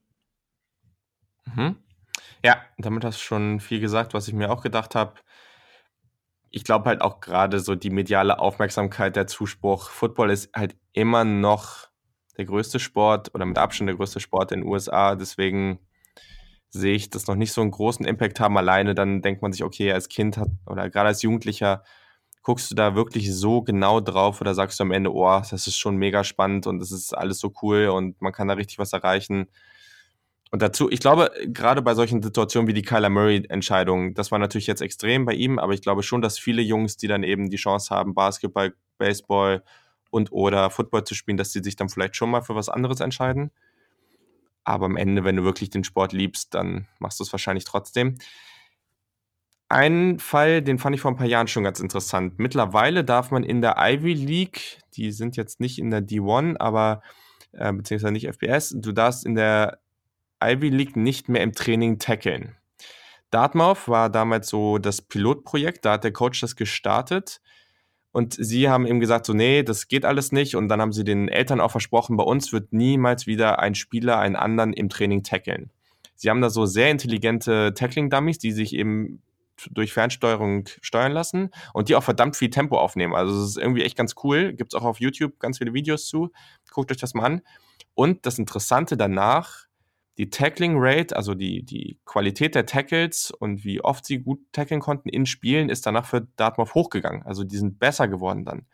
Mhm. Ja, damit hast du schon viel gesagt, was ich mir auch gedacht habe. Ich glaube halt auch gerade so die mediale Aufmerksamkeit, der Zuspruch. Football ist halt immer noch der größte Sport oder mit Abstand der größte Sport in den USA. Deswegen sehe ich das noch nicht so einen großen Impact haben. Alleine dann denkt man sich, okay, als Kind oder gerade als Jugendlicher, guckst du da wirklich so genau drauf oder sagst du am Ende, oh, das ist schon mega spannend und das ist alles so cool und man kann da richtig was erreichen. Und dazu, ich glaube, gerade bei solchen Situationen wie die Kyler Murray-Entscheidung, das war natürlich jetzt extrem bei ihm, aber ich glaube schon, dass viele Jungs, die dann eben die Chance haben, Basketball, Baseball und oder Football zu spielen, dass die sich dann vielleicht schon mal für was anderes entscheiden. Aber am Ende, wenn du wirklich den Sport liebst, dann machst du es wahrscheinlich trotzdem. Einen Fall, den fand ich vor ein paar Jahren schon ganz interessant. Mittlerweile darf man in der Ivy League, die sind jetzt nicht in der D1, aber beziehungsweise nicht FBS, du darfst in der Ivy League nicht mehr im Training tackeln. Dartmouth war damals so das Pilotprojekt, da hat der Coach das gestartet und sie haben ihm gesagt, so nee, das geht alles nicht und dann haben sie den Eltern auch versprochen, bei uns wird niemals wieder ein Spieler einen anderen im Training tackeln. Sie haben da so sehr intelligente Tackling-Dummies, die sich eben durch Fernsteuerung steuern lassen und die auch verdammt viel Tempo aufnehmen. Also das ist irgendwie echt ganz cool. Gibt es auch auf YouTube ganz viele Videos zu. Guckt euch das mal an. Und das Interessante danach, die Tackling Rate, also die Qualität der Tackles und wie oft sie gut tackeln konnten in Spielen, ist danach für Dartmouth hochgegangen. Also die sind besser geworden dann.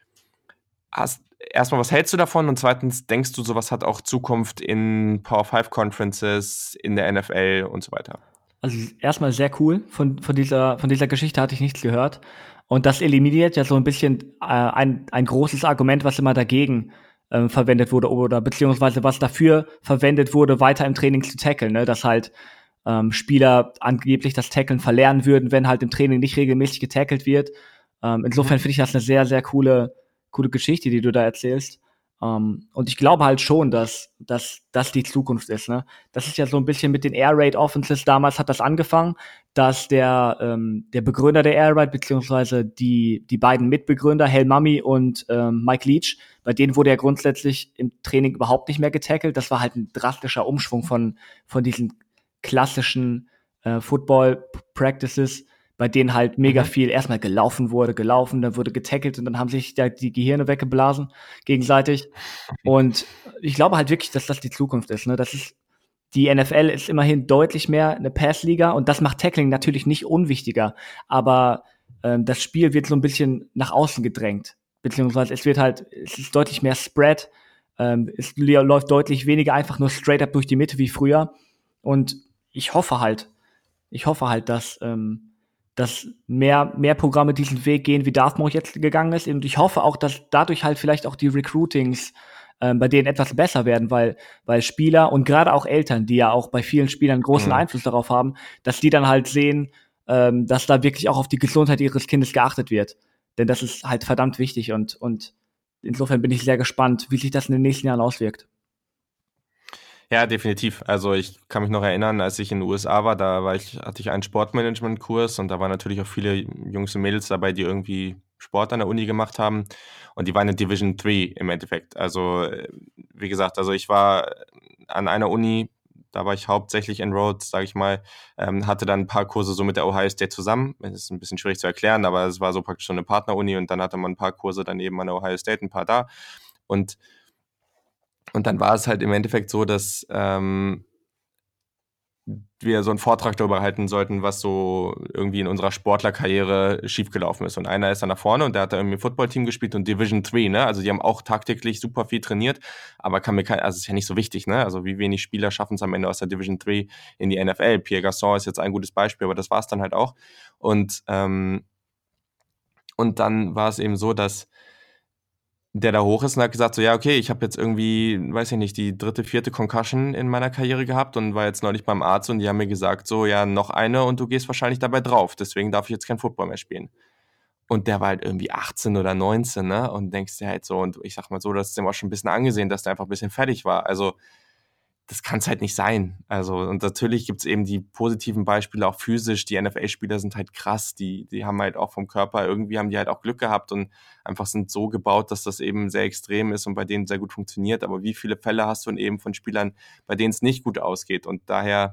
Erstmal, was hältst du davon? Und zweitens, denkst du, sowas hat auch Zukunft in Power 5 Conferences, in der NFL und so weiter? Also erstmal sehr cool. Von dieser Geschichte hatte ich nichts gehört. Und das eliminiert ja so ein bisschen ein großes Argument, was immer dagegen verwendet wurde oder beziehungsweise was dafür verwendet wurde, weiter im Training zu tackeln. Ne? Dass halt Spieler angeblich das Tackeln verlernen würden, wenn halt im Training nicht regelmäßig getackelt wird. Insofern finde ich das eine sehr, sehr coole Geschichte, die du da erzählst. Und ich glaube halt schon, dass das die Zukunft ist. Ne? Das ist ja so ein bisschen mit den Air Raid Offenses. Damals hat das angefangen, dass der Begründer der Air Raid, beziehungsweise die beiden Mitbegründer, Hal Mummy und Mike Leach, bei denen wurde ja grundsätzlich im Training überhaupt nicht mehr getackelt. Das war halt ein drastischer Umschwung von diesen klassischen Football Practices, bei denen halt mega viel erstmal gelaufen, dann wurde getackelt und dann haben sich da die Gehirne weggeblasen gegenseitig. Und ich glaube halt wirklich, dass das die Zukunft ist. Ne? Die NFL ist immerhin deutlich mehr eine Passliga und das macht Tackling natürlich nicht unwichtiger, aber das Spiel wird so ein bisschen nach außen gedrängt, beziehungsweise es ist deutlich mehr Spread, es läuft deutlich weniger einfach nur straight up durch die Mitte wie früher und ich hoffe halt, dass mehr Programme diesen Weg gehen, wie Dartmouth jetzt gegangen ist. Und ich hoffe auch, dass dadurch halt vielleicht auch die Recruitings bei denen etwas besser werden, weil Spieler und gerade auch Eltern, die ja auch bei vielen Spielern großen Einfluss darauf haben, dass die dann halt sehen, dass da wirklich auch auf die Gesundheit ihres Kindes geachtet wird. Denn das ist halt verdammt wichtig und insofern bin ich sehr gespannt, wie sich das in den nächsten Jahren auswirkt. Ja, definitiv. Also ich kann mich noch erinnern, als ich in den USA war, hatte ich einen Sportmanagement-Kurs und da waren natürlich auch viele Jungs und Mädels dabei, die irgendwie Sport an der Uni gemacht haben und die waren in Division 3 im Endeffekt. Also wie gesagt, also ich war an einer Uni, da war ich hauptsächlich enrolled, sage ich mal, hatte dann ein paar Kurse so mit der Ohio State zusammen. Das ist ein bisschen schwierig zu erklären, aber es war so praktisch so eine Partneruni und dann hatte man ein paar Kurse dann eben an der Ohio State, ein paar da und und dann war es halt im Endeffekt so, dass wir so einen Vortrag darüber halten sollten, was so irgendwie in unserer Sportlerkarriere schiefgelaufen ist. Und einer ist dann nach vorne und der hat da irgendwie im Footballteam gespielt und Division 3, ne? Also die haben auch tagtäglich super viel trainiert, aber also ist ja nicht so wichtig, ne? Also wie wenig Spieler schaffen es am Ende aus der Division 3 in die NFL. Pierre Garçon ist jetzt ein gutes Beispiel, aber das war es dann halt auch. Und dann war es eben so, dass der da hoch ist und hat gesagt so, ja, okay, ich habe jetzt irgendwie, weiß ich nicht, die dritte, vierte Concussion in meiner Karriere gehabt und war jetzt neulich beim Arzt und die haben mir gesagt so, ja, noch eine und du gehst wahrscheinlich dabei drauf, deswegen darf ich jetzt kein Football mehr spielen. Und der war halt irgendwie 18 oder 19, ne, und denkst dir halt so, und ich sag mal so, das ist dem auch schon ein bisschen angesehen, dass der einfach ein bisschen fertig war, also das kann es halt nicht sein. Also, und natürlich gibt's eben die positiven Beispiele auch physisch. Die NFL-Spieler sind halt krass. Die haben halt auch vom Körper, irgendwie haben die halt auch Glück gehabt und einfach sind so gebaut, dass das eben sehr extrem ist und bei denen sehr gut funktioniert. Aber wie viele Fälle hast du denn eben von Spielern, bei denen es nicht gut ausgeht? Und daher,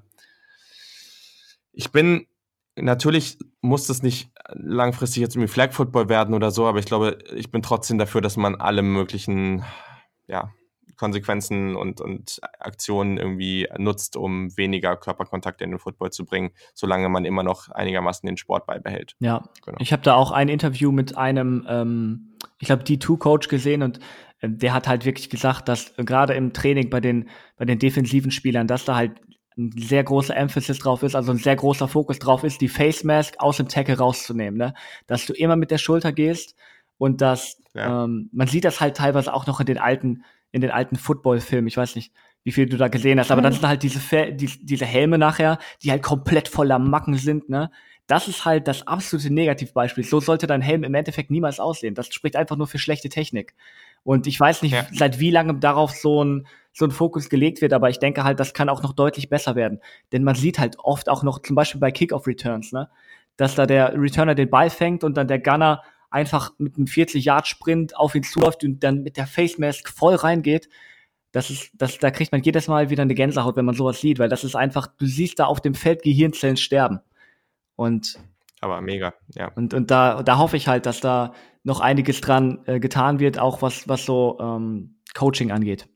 natürlich muss das nicht langfristig jetzt irgendwie Flag Football werden oder so, aber ich glaube, ich bin trotzdem dafür, dass man alle möglichen, ja, Konsequenzen und Aktionen irgendwie nutzt, um weniger Körperkontakt in den Football zu bringen, solange man immer noch einigermaßen den Sport beibehält. Ja, Genau. ich habe da auch ein Interview mit einem, ich glaube, D2-Coach gesehen und der hat halt wirklich gesagt, dass gerade im Training bei den defensiven Spielern, dass da halt ein sehr großer Emphasis drauf ist, also ein sehr großer Fokus drauf ist, die Face Mask aus dem Tackle rauszunehmen, ne? Dass du immer mit der Schulter gehst und dass Ja. man sieht das halt teilweise auch noch in den alten Football-Filmen. Ich weiß nicht, wie viel du da gesehen hast, aber dann sind halt diese Helme nachher, die halt komplett voller Macken sind, ne? Das ist halt das absolute Negativbeispiel. So sollte dein Helm im Endeffekt niemals aussehen. Das spricht einfach nur für schlechte Technik. Und ich weiß nicht, Ja. seit wie langem darauf so ein Fokus gelegt wird, aber ich denke halt, das kann auch noch deutlich besser werden. Denn man sieht halt oft auch noch, zum Beispiel bei Kickoff-Returns, ne, dass da der Returner den Ball fängt und dann der Gunner einfach mit einem 40-Yard-Sprint auf ihn zuläuft und dann mit der Face Mask voll reingeht. Da kriegt man jedes Mal wieder eine Gänsehaut, wenn man sowas sieht, weil das ist einfach, du siehst da auf dem Feld Gehirnzellen sterben. Und Aber mega, ja. da hoffe ich halt, dass da noch einiges dran getan wird, auch was so Coaching angeht.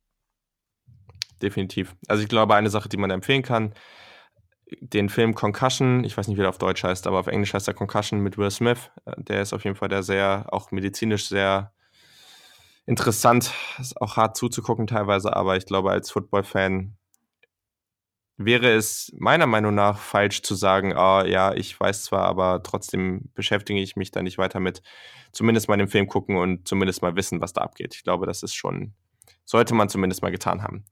Definitiv. Also ich glaube, eine Sache, die man empfehlen kann, den Film Concussion, ich weiß nicht, wie der auf Deutsch heißt, aber auf Englisch heißt er Concussion mit Will Smith. Der ist auf jeden Fall der sehr, auch medizinisch sehr interessant. Ist auch hart zuzugucken teilweise, aber ich glaube, als Football-Fan wäre es meiner Meinung nach falsch zu sagen, ah, ja, ich weiß zwar, aber trotzdem beschäftige ich mich da nicht weiter mit. Zumindest mal den Film gucken und zumindest mal wissen, was da abgeht. Ich glaube, das ist schon, sollte man zumindest mal getan haben.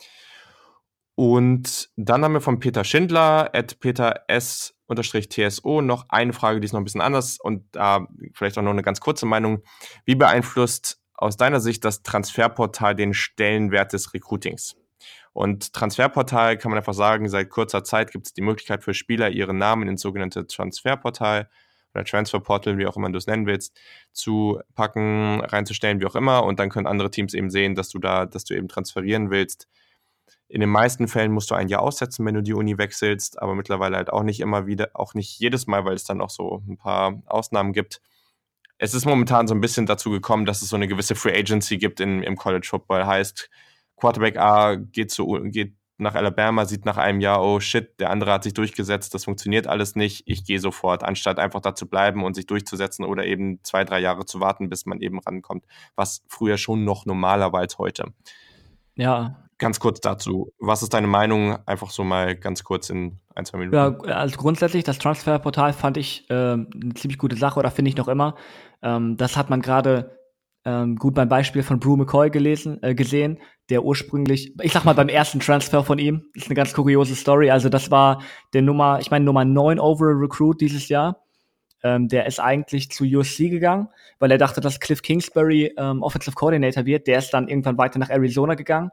Und dann haben wir von Peter Schindler, Peter S_TSO, noch eine Frage, die ist noch ein bisschen anders und da vielleicht auch noch eine ganz kurze Meinung. Wie beeinflusst aus deiner Sicht das Transferportal den Stellenwert des Recruitings? Und Transferportal kann man einfach sagen, seit kurzer Zeit gibt es die Möglichkeit für Spieler, ihren Namen ins sogenannte Transferportal oder Transferportal, wie auch immer du es nennen willst, zu packen, reinzustellen, wie auch immer. Und dann können andere Teams eben sehen, dass du eben transferieren willst. In den meisten Fällen musst du ein Jahr aussetzen, wenn du die Uni wechselst, aber mittlerweile halt auch nicht immer wieder, auch nicht jedes Mal, weil es dann auch so ein paar Ausnahmen gibt. Es ist momentan so ein bisschen dazu gekommen, dass es so eine gewisse Free Agency gibt im College Football. Heißt, Quarterback A geht nach Alabama, sieht nach einem Jahr, oh shit, der andere hat sich durchgesetzt, das funktioniert alles nicht, ich gehe sofort, anstatt einfach da zu bleiben und sich durchzusetzen oder eben 2-3 Jahre zu warten, bis man eben rankommt, was früher schon noch normaler war als heute. Ja. Ganz kurz dazu, was ist deine Meinung? Einfach so mal ganz kurz in 1-2 Minuten. Ja, also grundsätzlich, das Transferportal fand ich eine ziemlich gute Sache oder finde ich noch immer. Das hat man gerade gut beim Beispiel von Brew McCoy gesehen, der ursprünglich, ich sag mal, beim ersten Transfer von ihm, ist eine ganz kuriose Story. Also das war der Nummer 9 Overall Recruit dieses Jahr. Der ist eigentlich zu USC gegangen, weil er dachte, dass Cliff Kingsbury Offensive Coordinator wird. Der ist dann irgendwann weiter nach Arizona gegangen.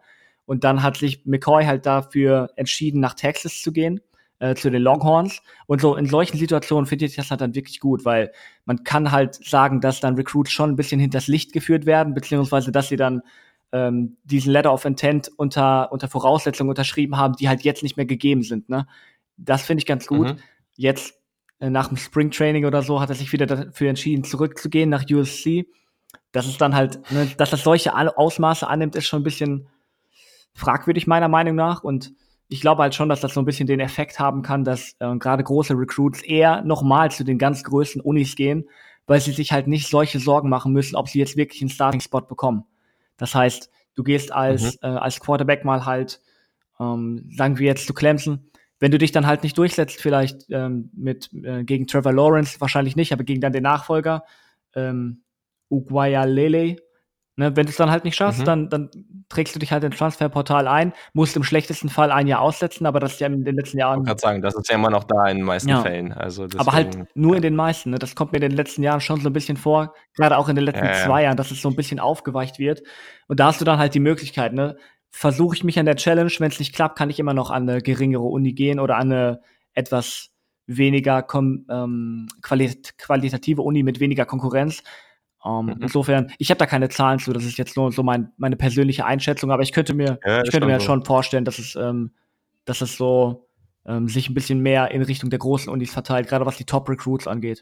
Und dann hat sich McCoy halt dafür entschieden, nach Texas zu gehen, zu den Longhorns. Und so in solchen Situationen finde ich das halt dann wirklich gut, weil man kann halt sagen, dass dann Recruits schon ein bisschen hinters Licht geführt werden, beziehungsweise dass sie dann diesen Letter of Intent unter Voraussetzungen unterschrieben haben, die halt jetzt nicht mehr gegeben sind. Ne? Das finde ich ganz gut. Jetzt nach dem Spring Training oder so hat er sich wieder dafür entschieden, zurückzugehen nach USC. Das ist dann halt, ne, dass das solche Ausmaße annimmt, ist schon ein bisschen fragwürdig meiner Meinung nach. Und ich glaube halt schon, dass das so ein bisschen den Effekt haben kann, dass gerade große Recruits eher nochmal zu den ganz größten Unis gehen, weil sie sich halt nicht solche Sorgen machen müssen, ob sie jetzt wirklich einen Starting-Spot bekommen. Das heißt, du gehst als Quarterback mal halt, sagen wir jetzt zu Clemson, wenn du dich dann halt nicht durchsetzt, vielleicht gegen Trevor Lawrence, wahrscheinlich nicht, aber gegen dann den Nachfolger, Uguayalele, ne, wenn du es dann halt nicht schaffst, dann trägst du dich halt ins Transferportal ein, musst im schlechtesten Fall ein Jahr aussetzen, aber das ist ja in den letzten Jahren. Ich wollte gerade sagen, das ist ja immer noch da in den meisten Fällen. Also deswegen, aber halt nur in den meisten. Ne? Das kommt mir in den letzten Jahren schon so ein bisschen vor, gerade auch in den letzten 2 Jahren, dass es so ein bisschen aufgeweicht wird. Und da hast du dann halt die Möglichkeit, ne? Versuche ich mich an der Challenge, wenn es nicht klappt, kann ich immer noch an eine geringere Uni gehen oder an eine etwas weniger qualitative Uni mit weniger Konkurrenz. Insofern, ich habe da keine Zahlen zu, das ist jetzt nur so meine persönliche Einschätzung, aber ich könnte mir schon vorstellen, dass es so sich ein bisschen mehr in Richtung der großen Unis verteilt, gerade was die Top-Recruits angeht.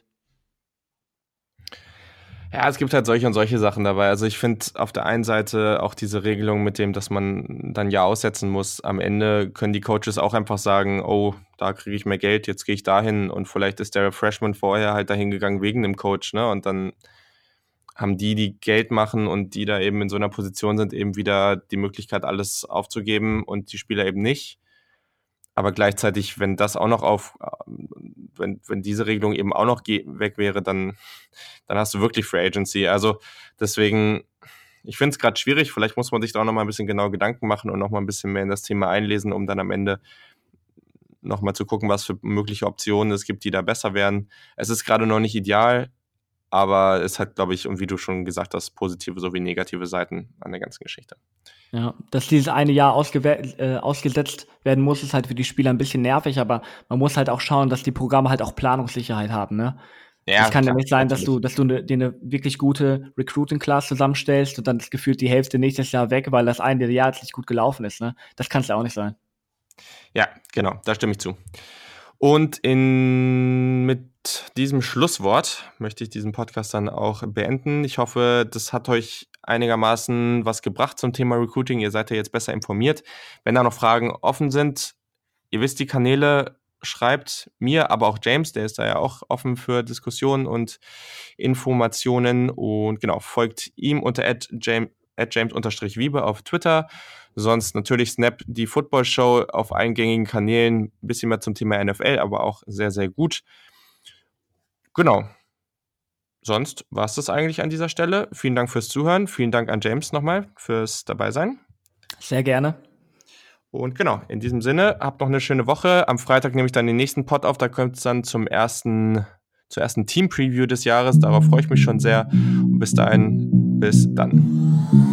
Ja, es gibt halt solche und solche Sachen dabei. Also ich finde auf der einen Seite auch diese Regelung mit dem, dass man dann ja aussetzen muss. Am Ende können die Coaches auch einfach sagen, oh, da kriege ich mehr Geld, jetzt gehe ich dahin. Und vielleicht ist der Freshman vorher halt dahin gegangen wegen dem Coach, ne? Und dann haben die Geld machen und die da eben in so einer Position sind, eben wieder die Möglichkeit, alles aufzugeben und die Spieler eben nicht. Aber gleichzeitig, wenn das auch noch wenn diese Regelung eben auch noch weg wäre, dann hast du wirklich Free Agency. Also deswegen, ich finde es gerade schwierig. Vielleicht muss man sich da auch noch mal ein bisschen genau Gedanken machen und noch mal ein bisschen mehr in das Thema einlesen, um dann am Ende noch mal zu gucken, was für mögliche Optionen es gibt, die da besser wären. Es ist gerade noch nicht ideal, aber es hat, glaube ich, und wie du schon gesagt hast, positive sowie negative Seiten an der ganzen Geschichte. Ja, dass dieses eine Jahr ausgesetzt werden muss, ist halt für die Spieler ein bisschen nervig, aber man muss halt auch schauen, dass die Programme halt auch Planungssicherheit haben, ne? Ja, es kann ja nicht sein, dass du dir eine wirklich gute Recruiting-Class zusammenstellst und dann das Gefühl, die Hälfte nächstes Jahr weg, weil das eine Jahr jetzt nicht gut gelaufen ist, ne? Das kann es ja auch nicht sein. Ja, genau, da stimme ich zu. Und mit diesem Schlusswort möchte ich diesen Podcast dann auch beenden. Ich hoffe, das hat euch einigermaßen was gebracht zum Thema Recruiting. Ihr seid ja jetzt besser informiert. Wenn da noch Fragen offen sind, ihr wisst die Kanäle, schreibt mir, aber auch James, der ist da ja auch offen für Diskussionen und Informationen. Und genau, folgt ihm unter @James_Wiebe auf Twitter. Sonst natürlich Snap, die Football Show auf allen gängigen Kanälen. Ein bisschen mehr zum Thema NFL, aber auch sehr, sehr gut. Genau. Sonst war es das eigentlich an dieser Stelle. Vielen Dank fürs Zuhören. Vielen Dank an James nochmal fürs Dabeisein. Sehr gerne. Und genau, in diesem Sinne, habt noch eine schöne Woche. Am Freitag nehme ich dann den nächsten Pod auf. Da kommt es dann zur ersten Team-Preview des Jahres. Darauf freue ich mich schon sehr. Und bis dahin, bis dann.